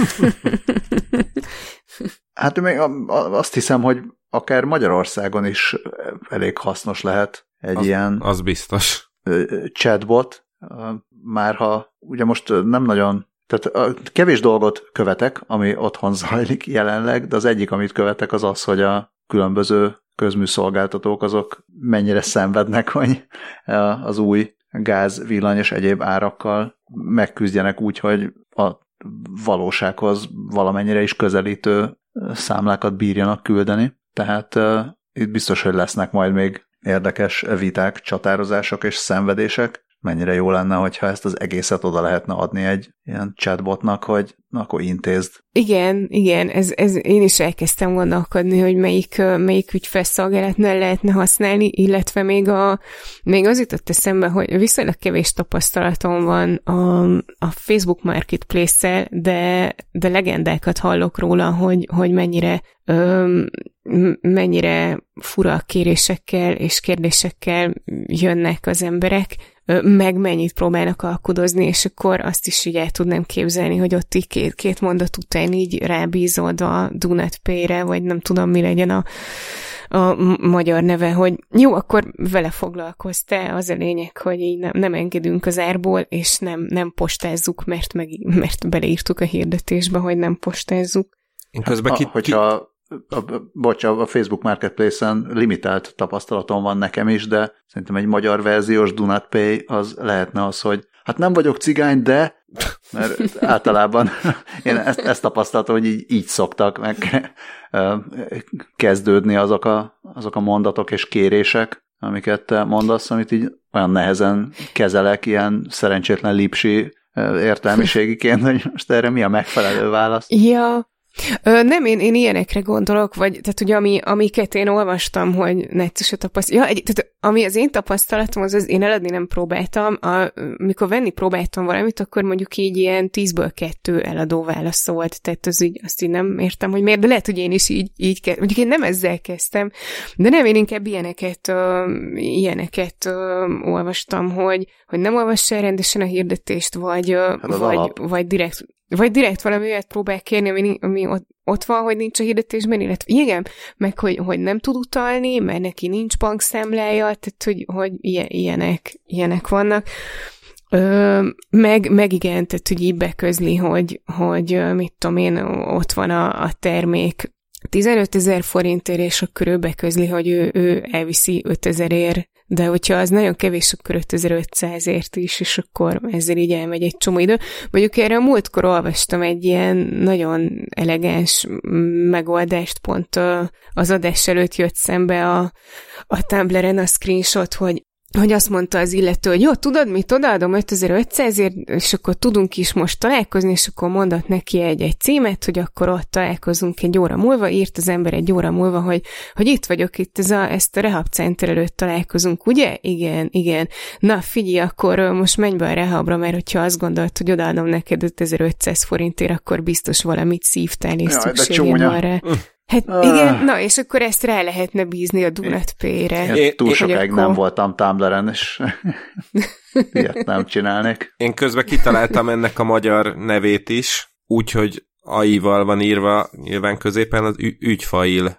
Hát még azt hiszem, hogy akár Magyarországon is elég hasznos lehet egy az, ilyen az biztos. chatbot, már ha ugye most nem nagyon, tehát kevés dolgot követek, ami otthon zajlik jelenleg, de az egyik, amit követek, az az, hogy a különböző közműszolgáltatók azok mennyire szenvednek, hogy az új gáz, villany és egyéb árakkal megküzdjenek úgy, hogy a valósághoz valamennyire is közelítő számlákat bírjanak küldeni. Tehát uh, itt biztos, hogy lesznek majd még érdekes viták, csatározások és szenvedések. Mennyire jó lenne, hogyha ezt az egészet oda lehetne adni egy ilyen chatbotnak, hogy na, akkor intézd. Igen, igen, ez, ez én is elkezdtem gondolkodni, hogy melyik, melyik ügyfélszolgálatnál lehetne használni, illetve még, a, még az jutott eszembe, hogy viszonylag kevés tapasztalatom van a, a Facebook Marketplace-szel, de, de legendákat hallok róla, hogy, hogy mennyire öm, mennyire fura kérésekkel és kérdésekkel jönnek az emberek, meg mennyit próbálnak alkudozni, és akkor azt is így el tudnám képzelni, hogy ott így két, két mondat után így rábízod a Do Not Pay-re, vagy nem tudom, mi legyen a, a magyar neve, hogy jó, akkor vele foglalkoztál, az a lényeg, hogy így nem, nem engedünk az árból, és nem, nem postázzuk, mert, meg, mert beleírtuk a hirdetésbe, hogy nem postázzuk. Én közben hát, ki... a, hogyha A, bocs, a Facebook Marketplace-en limitált tapasztalatom van nekem is, de szerintem egy magyar verziós Do Not Pay az lehetne az, hogy hát nem vagyok cigány, de mert általában én ezt, ezt tapasztaltam, hogy így, így szoktak meg kezdődni azok a, azok a mondatok és kérések, amiket te mondasz, amit így olyan nehezen kezelek, ilyen szerencsétlen lipsi értelmiségiként, hogy most erre mi a megfelelő válasz? Ja, Ö, nem, én, én ilyenekre gondolok, vagy tehát ugye ami, amiket én olvastam, hogy nettis a tapasztalat. Ja, egy, tehát ami az én tapasztalatom, az az én eladni nem próbáltam. A, mikor venni próbáltam valamit, akkor mondjuk így ilyen tízből kettő eladó válasz volt, tehát az így, azt így nem értem, hogy miért, de lehet, hogy én is így, így kezdtem. Mondjuk én nem ezzel kezdtem, de nem, én inkább ilyeneket, ö, ilyeneket ö, olvastam, hogy, hogy nem olvassál rendesen a hirdetést, vagy, ö, hát vagy, vagy direkt Vagy direkt valami olyat próbál kérni, ami, ami ott, ott van, hogy nincs a hirdetésben, illetve igen, meg hogy, hogy nem tud utalni, mert neki nincs bankszámlája, tehát hogy, hogy ilyen, ilyenek, ilyenek vannak. Ö, meg, meg igen, tehát hogy így beközli, hogy, hogy mit tudom én, ott van a, a termék tizenötezer forintért, és akkor ő beközli, hogy ő, ő elviszi ötezerért, de hogyha az nagyon kevés, akkor ötezer-ötszázért is, és akkor ezzel így elmegy egy csomó idő. Mondjuk erre a múltkor olvastam egy ilyen nagyon elegáns megoldást, pont az adás előtt jött szembe a, a Tumblr-en a screenshot, hogy hogy azt mondta az illető, hogy jó, tudod mit, odaadom ötezer-ötszázért, és akkor tudunk is most találkozni, és akkor mondott neki egy-egy címet, hogy akkor ott találkozunk egy óra múlva, írt az ember egy óra múlva, hogy, hogy itt vagyok, itt ez a, ezt a Rehab Center előtt találkozunk, ugye? Igen, igen. Na, figyelj, akkor most menj be a Rehabra, mert hogyha azt gondolt, hogy odaadom neked ötezer-ötszáz forintért, akkor biztos valamit szívtál, és szükséged van rá. Hát uh. igen, na, és akkor ezt rá lehetne bízni a Do Not Pay-re. Én túl sokáig akkor... nem voltam Tumblr-en, és ilyet nem csinálnék. Én közben kitaláltam ennek a magyar nevét is, úgyhogy á i-val van írva nyilván középen az ü- ügyfail.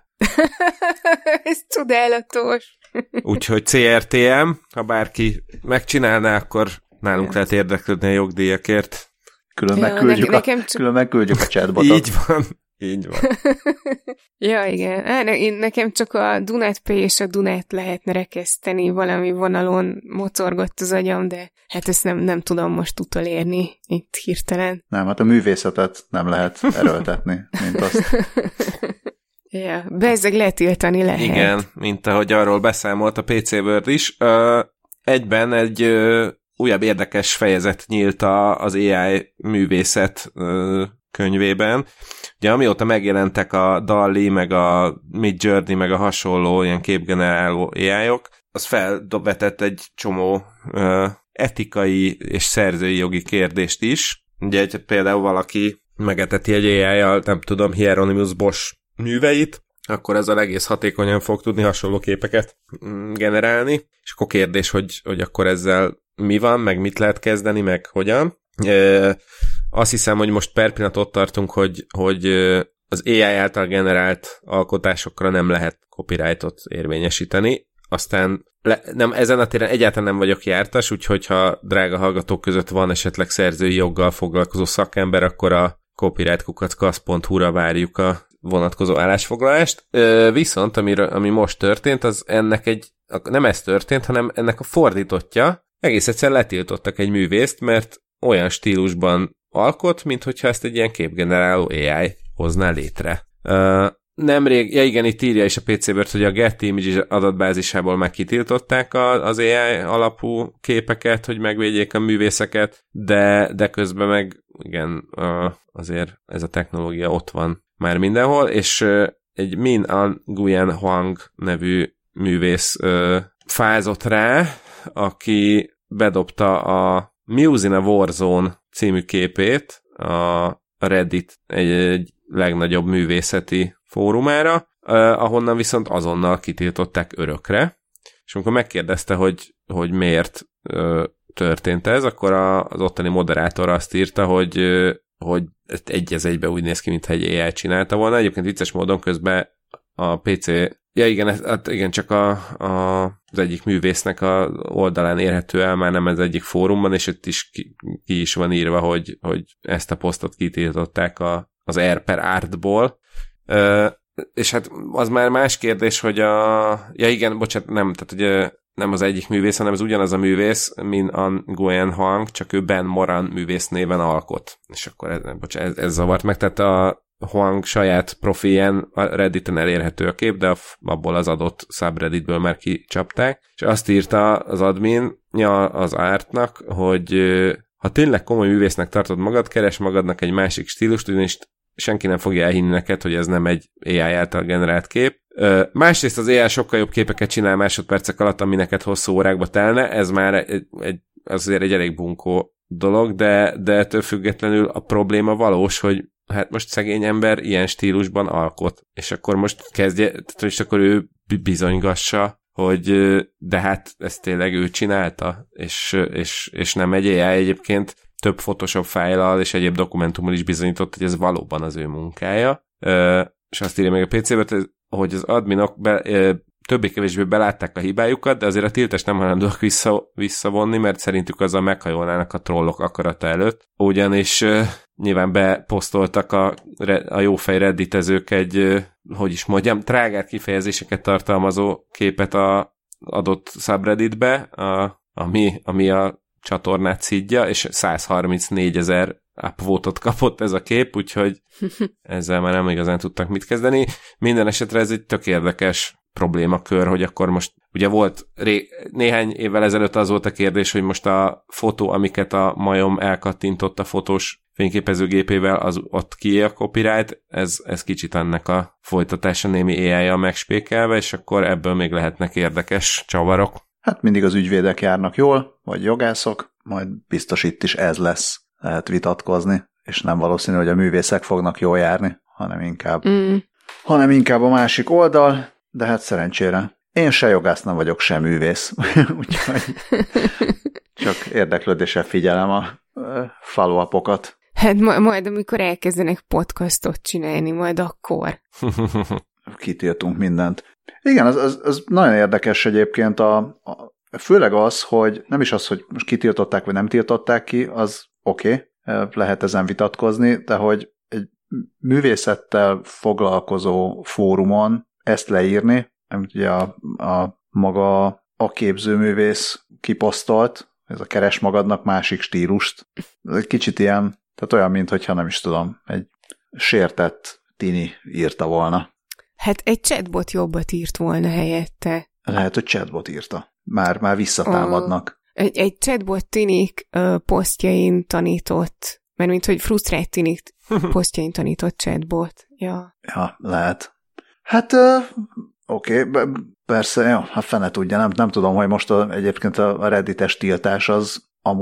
Ez csodálatos. Úgyhogy cé er té em, ha bárki megcsinálná, akkor nálunk lehet érdeklődni a jogdíjakért. Külön ja, megküldjük, ne, a, csak... külön megküldjük a chatbotot. Így van. Így van. Ja, igen. Á, ne, én, nekem csak a Do Not Pay és a Dunát lehetne rekeszteni, valami vonalon mocorgott az agyam, de hát ezt nem, nem tudom most utolérni itt hirtelen. Nem, hát a művészetet nem lehet erőltetni, mint azt. Ja, bezzeg letiltani lehet. Igen, mint ahogy arról beszámolt a pé cé World is. Ö, egyben egy ö, újabb érdekes fejezet nyílt a, az á i művészet ö, könyvében. Ugye amióta megjelentek a DALL-E, meg a Midjourney, meg a hasonló ilyen képgeneráló á i-ok, az felvetett egy csomó uh, etikai és szerzői jogi kérdést is. Ugye egy, például valaki megeteti egy á i-jal, nem tudom, Hieronymus Bosch műveit, akkor ezzel egész hatékonyan fog tudni hasonló képeket generálni, és akkor kérdés, hogy, hogy akkor ezzel mi van, meg mit lehet kezdeni, meg hogyan. E, azt hiszem, hogy most per pillanat ott tartunk, hogy, hogy az á i által generált alkotásokra nem lehet copyrightot érvényesíteni, aztán le, nem, ezen a téren egyáltalán nem vagyok jártas, úgyhogy ha drága hallgatók között van esetleg szerzői joggal foglalkozó szakember, akkor a copyright kukac kasz pont hu-ra várjuk a vonatkozó állásfoglalást. Ö, viszont, ami, ami most történt, az ennek egy, nem ez történt, hanem ennek a fordítottja. Egész egyszer letiltottak egy művészt, mert olyan stílusban alkot, mint hogyha ezt egy ilyen képgeneráló á i hozná létre. Ö, Nemrég, ja igen, itt írja is a pé cé Bird, hogy a Getty Images adatbázisából meg kitiltották az á i alapú képeket, hogy megvédjék a művészeket, de, de közben meg igen, azért ez a technológia ott van már mindenhol, és egy Min Nguyen Huang nevű művész fázott rá, aki bedobta a Muse in a Warzone című képét a Reddit egy, egy legnagyobb művészeti fórumára, eh, ahonnan viszont azonnal kitiltották örökre, és amikor megkérdezte, hogy, hogy miért eh, történt ez, akkor a, az ottani moderátor azt írta, hogy, eh, hogy egy az egybe úgy néz ki, mintha egy á i csinálta volna. Egyébként vicces módon közben a pé cé, ja igen, hát igen, csak a, a, az egyik művésznek a oldalán érhető el, már nem ez egyik fórumban, és itt is ki, ki is van írva, hogy, hogy ezt a posztot kitiltották a, az R per Artból. Uh, és hát az már más kérdés, hogy a... Ja igen, bocsánat, nem, tehát ugye nem az egyik művész, hanem az ugyanaz a művész, mint a Nguyen Huang, csak ő Ben Moran művész néven alkot. És akkor ez, bocsánat, ez, ez zavart meg, tehát a Huang saját profilján a Redditen elérhető a kép, de abból az adott subredditből már kicsapták. És azt írta az adminja az Artnak, hogy ha tényleg komoly művésznek tartod magad, keres magadnak egy másik stílust, ugyanis senki nem fogja elhinni neked, hogy ez nem egy á i által generált kép. Ö, másrészt az á i sokkal jobb képeket csinál másodpercek alatt, ami neked hosszú órákba telne, ez már egy, egy, azért egy elég bunkó dolog, de, de ettől függetlenül a probléma valós, hogy hát most szegény ember ilyen stílusban alkot, és akkor most kezdje, és akkor ő bizonygassa, hogy de hát ezt tényleg ő csinálta, és, és, és nem egy á i egyébként több Photoshop fájllal és egyéb dokumentummal is bizonyított, hogy ez valóban az ő munkája. És azt írja meg a pé cé-be, hogy az adminok be, többé-kevésbé belátták a hibájukat, de azért a tiltást nem hajlandóak vissza, visszavonni, mert szerintük azzal meghajolnának a trollok akarata előtt. Ugyanis nyilván beposztoltak a, a jófej redditezők egy, hogy is mondjam, trágár kifejezéseket tartalmazó képet a adott subredditbe, a, ami, ami a csatornát szidja, és száz harmincnégy ezer upvote-ot kapott ez a kép, úgyhogy ezzel már nem igazán tudtak mit kezdeni. Minden esetre ez egy tök érdekes problémakör, hogy akkor most, ugye volt ré, néhány évvel ezelőtt az volt a kérdés, hogy most a fotó, amiket a majom elkattintott a fotós fényképezőgépével, az ott kié a copyright, ez, ez kicsit ennek a folytatása némi á i-jal megspékelve, és akkor ebből még lehetnek érdekes csavarok. Hát mindig az ügyvédek járnak jól, vagy jogászok, majd biztos itt is ez lesz, lehet vitatkozni, és nem valószínű, hogy a művészek fognak jól járni, hanem inkább, mm. hanem inkább a másik oldal, de hát szerencsére én se jogász nem vagyok, se művész, úgyhogy csak érdeklődéssel figyelem a follow-upokat. Hát ma- majd, amikor elkezdenek podcastot csinálni, majd akkor. Kitiltunk mindent. Igen, az, az, az nagyon érdekes egyébként, a, a, főleg az, hogy nem is az, hogy most kitiltották, vagy nem tiltották ki, az oké, okay, lehet ezen vitatkozni, de hogy egy művészettel foglalkozó fórumon ezt leírni, amit ugye a, a maga a képzőművész kiposztolt, ez a keres magadnak másik stílust, ez egy kicsit ilyen, tehát olyan, mintha nem is tudom, egy sértett tini írta volna. Hát egy chatbot jobbat írt volna helyette. Lehet, hogy chatbot írta. Már, már visszatámadnak. A, egy, egy chatbot tinik uh, posztjain tanított, mert mint hogy frusztrált tinik posztjain tanított chatbot. Ja, ja lehet. Hát uh, oké, okay, persze, jó, hát fene tudja, nem, nem tudom, hogy most a, egyébként a reddites tiltás az amúgy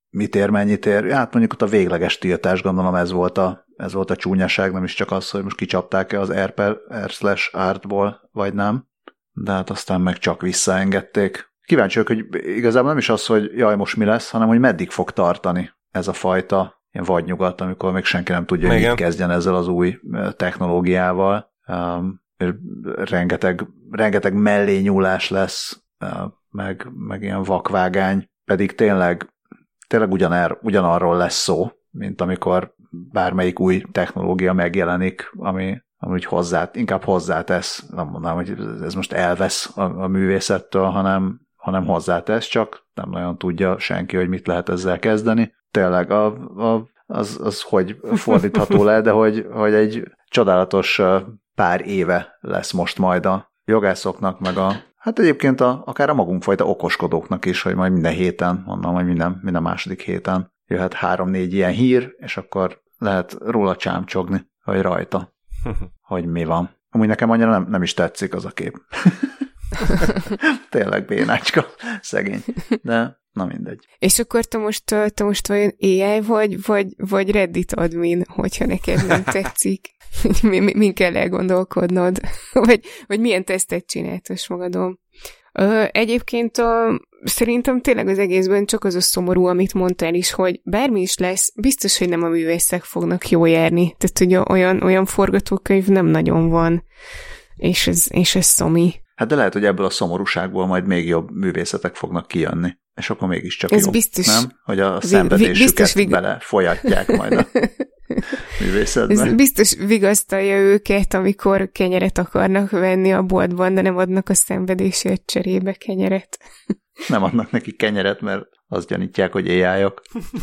mit ér, mennyit ér. Hát mondjuk ott a végleges tiltás, gondolom ez volt a, ez volt a csúnyaság, nem is csak az, hogy most kicsapták-e az R per R slash artból, vagy nem. De hát aztán meg csak visszaengedték. Kíváncsiak, hogy igazából nem is az, hogy jaj, most mi lesz, hanem hogy meddig fog tartani ez a fajta ilyen vadnyugat, amikor még senki nem tudja, hogy mit kezdjen ezzel az új technológiával. Um, rengeteg, rengeteg mellényúlás lesz, uh, meg, meg ilyen vakvágány, pedig tényleg, tényleg ugyaner, ugyanarról lesz szó, mint amikor bármelyik új technológia megjelenik, ami, ami hozzá, inkább hozzátesz, nem mondanám, hogy ez most elvesz a, a művészettől, hanem, hanem hozzátesz, csak nem nagyon tudja senki, hogy mit lehet ezzel kezdeni. Tényleg a, a, az, az hogy fordítható le, de hogy, hogy egy csodálatos pár éve lesz most majd a jogászoknak, meg a, hát egyébként a, akár a magunkfajta okoskodóknak is, hogy majd minden héten, mondom, hogy minden, minden második héten jöhet három-négy ilyen hír, és akkor lehet róla csámcsogni, hogy rajta, hogy mi van. Amúgy nekem annyira nem, nem is tetszik az a kép. Tényleg bénácska, szegény. De na mindegy. És akkor te most, te most vajon á i vagy, vagy, vagy Reddit admin, hogyha neked nem tetszik? mi, mi, min kell elgondolkodnod? vagy, vagy milyen tesztet csináltass magadon? Ö, egyébként a, szerintem tényleg az egészben csak az a szomorú, amit mondtál is, hogy bármi is lesz, biztos, hogy nem a művészek fognak jól járni. Tehát, hogy olyan, olyan forgatókönyv nem nagyon van. És ez, és ez szomi. Hát de lehet, hogy ebből a szomorúságból majd még jobb művészetek fognak kijönni. És akkor mégiscsak ez jobb, biztos, nem? Hogy a szenvedésüket vig- bele folyatják majd a művészetbe. Ez biztos vigasztalja őket, amikor kenyeret akarnak venni a boltban, de nem adnak a szenvedésért cserébe kenyeret. Nem adnak neki kenyeret, mert azt gyanítják, hogy á i-ok.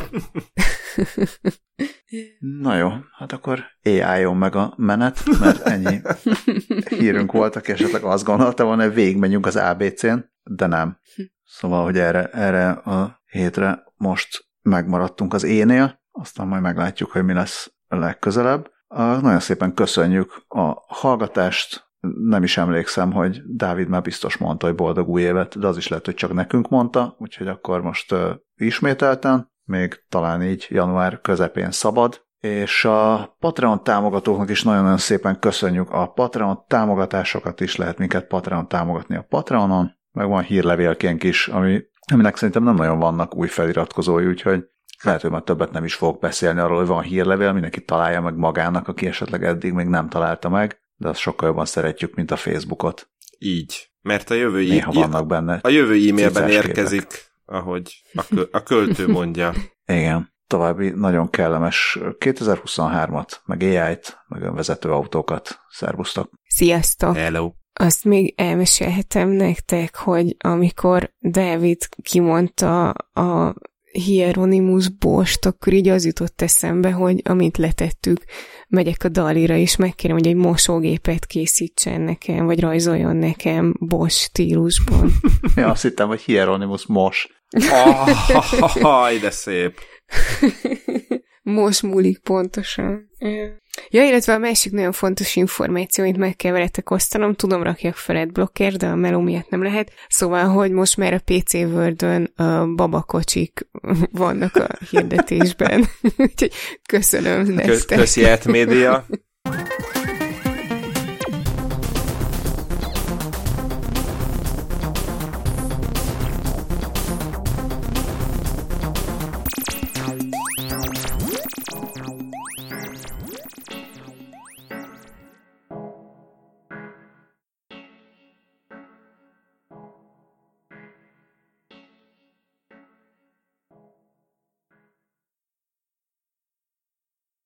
Na jó, hát akkor á i-on meg a menet, mert ennyi hírünk volt, aki esetleg azt gondolta volna, hogy végigmenjünk az á bé cén, de nem. Szóval, hogy erre, erre a hétre most megmaradtunk az énél, aztán majd meglátjuk, hogy mi lesz a legközelebb. Nagyon szépen köszönjük a hallgatást, nem is emlékszem, hogy Dávid már biztos mondta, hogy boldog új évet, de az is lehet, hogy csak nekünk mondta, úgyhogy akkor most uh, ismételten, még talán így január közepén szabad, és a Patreon támogatóknak is nagyon-nagyon szépen köszönjük a Patreon támogatásokat is, lehet minket Patreon támogatni a Patreonon, meg van hírlevélkénk is, ami, aminek szerintem nem nagyon vannak új feliratkozói, úgyhogy lehet, hogy már többet nem is fogok beszélni arról, hogy van hírlevél, mindenki találja meg magának, aki esetleg eddig még nem találta meg, de azt sokkal jobban szeretjük, mint a Facebookot. Így, mert a jövő, Néha í- vannak benne a jövő e-mailben érkezik, ahogy a, kö- a költő mondja. Igen, további nagyon kellemes kétezer-huszonhármat, meg á i-t, meg önvezető autókat. Szervusztok! Sziasztok! Hello! Azt még elmesélhetem nektek, hogy amikor Dávid kimondta a Hieronymus Bosch-t, akkor így az jutott eszembe, hogy amint letettük, megyek a Dallira, és megkérem, hogy egy mosógépet készítsen nekem, vagy rajzoljon nekem Bosch stílusban. Ja, azt hittem, hogy Hieronymus Mos. Oh, de szép! Most múlik pontosan. Ja, illetve a másik nagyon fontos információ, amit meg kell veletek osztanom, tudom, rakjak fel egy blokker, de a meló miatt nem lehet. Szóval, hogy most már a pé cé World-ön a babakocsik vannak a hirdetésben. Úgyhogy köszönöm nektek. Köszi Ed Media.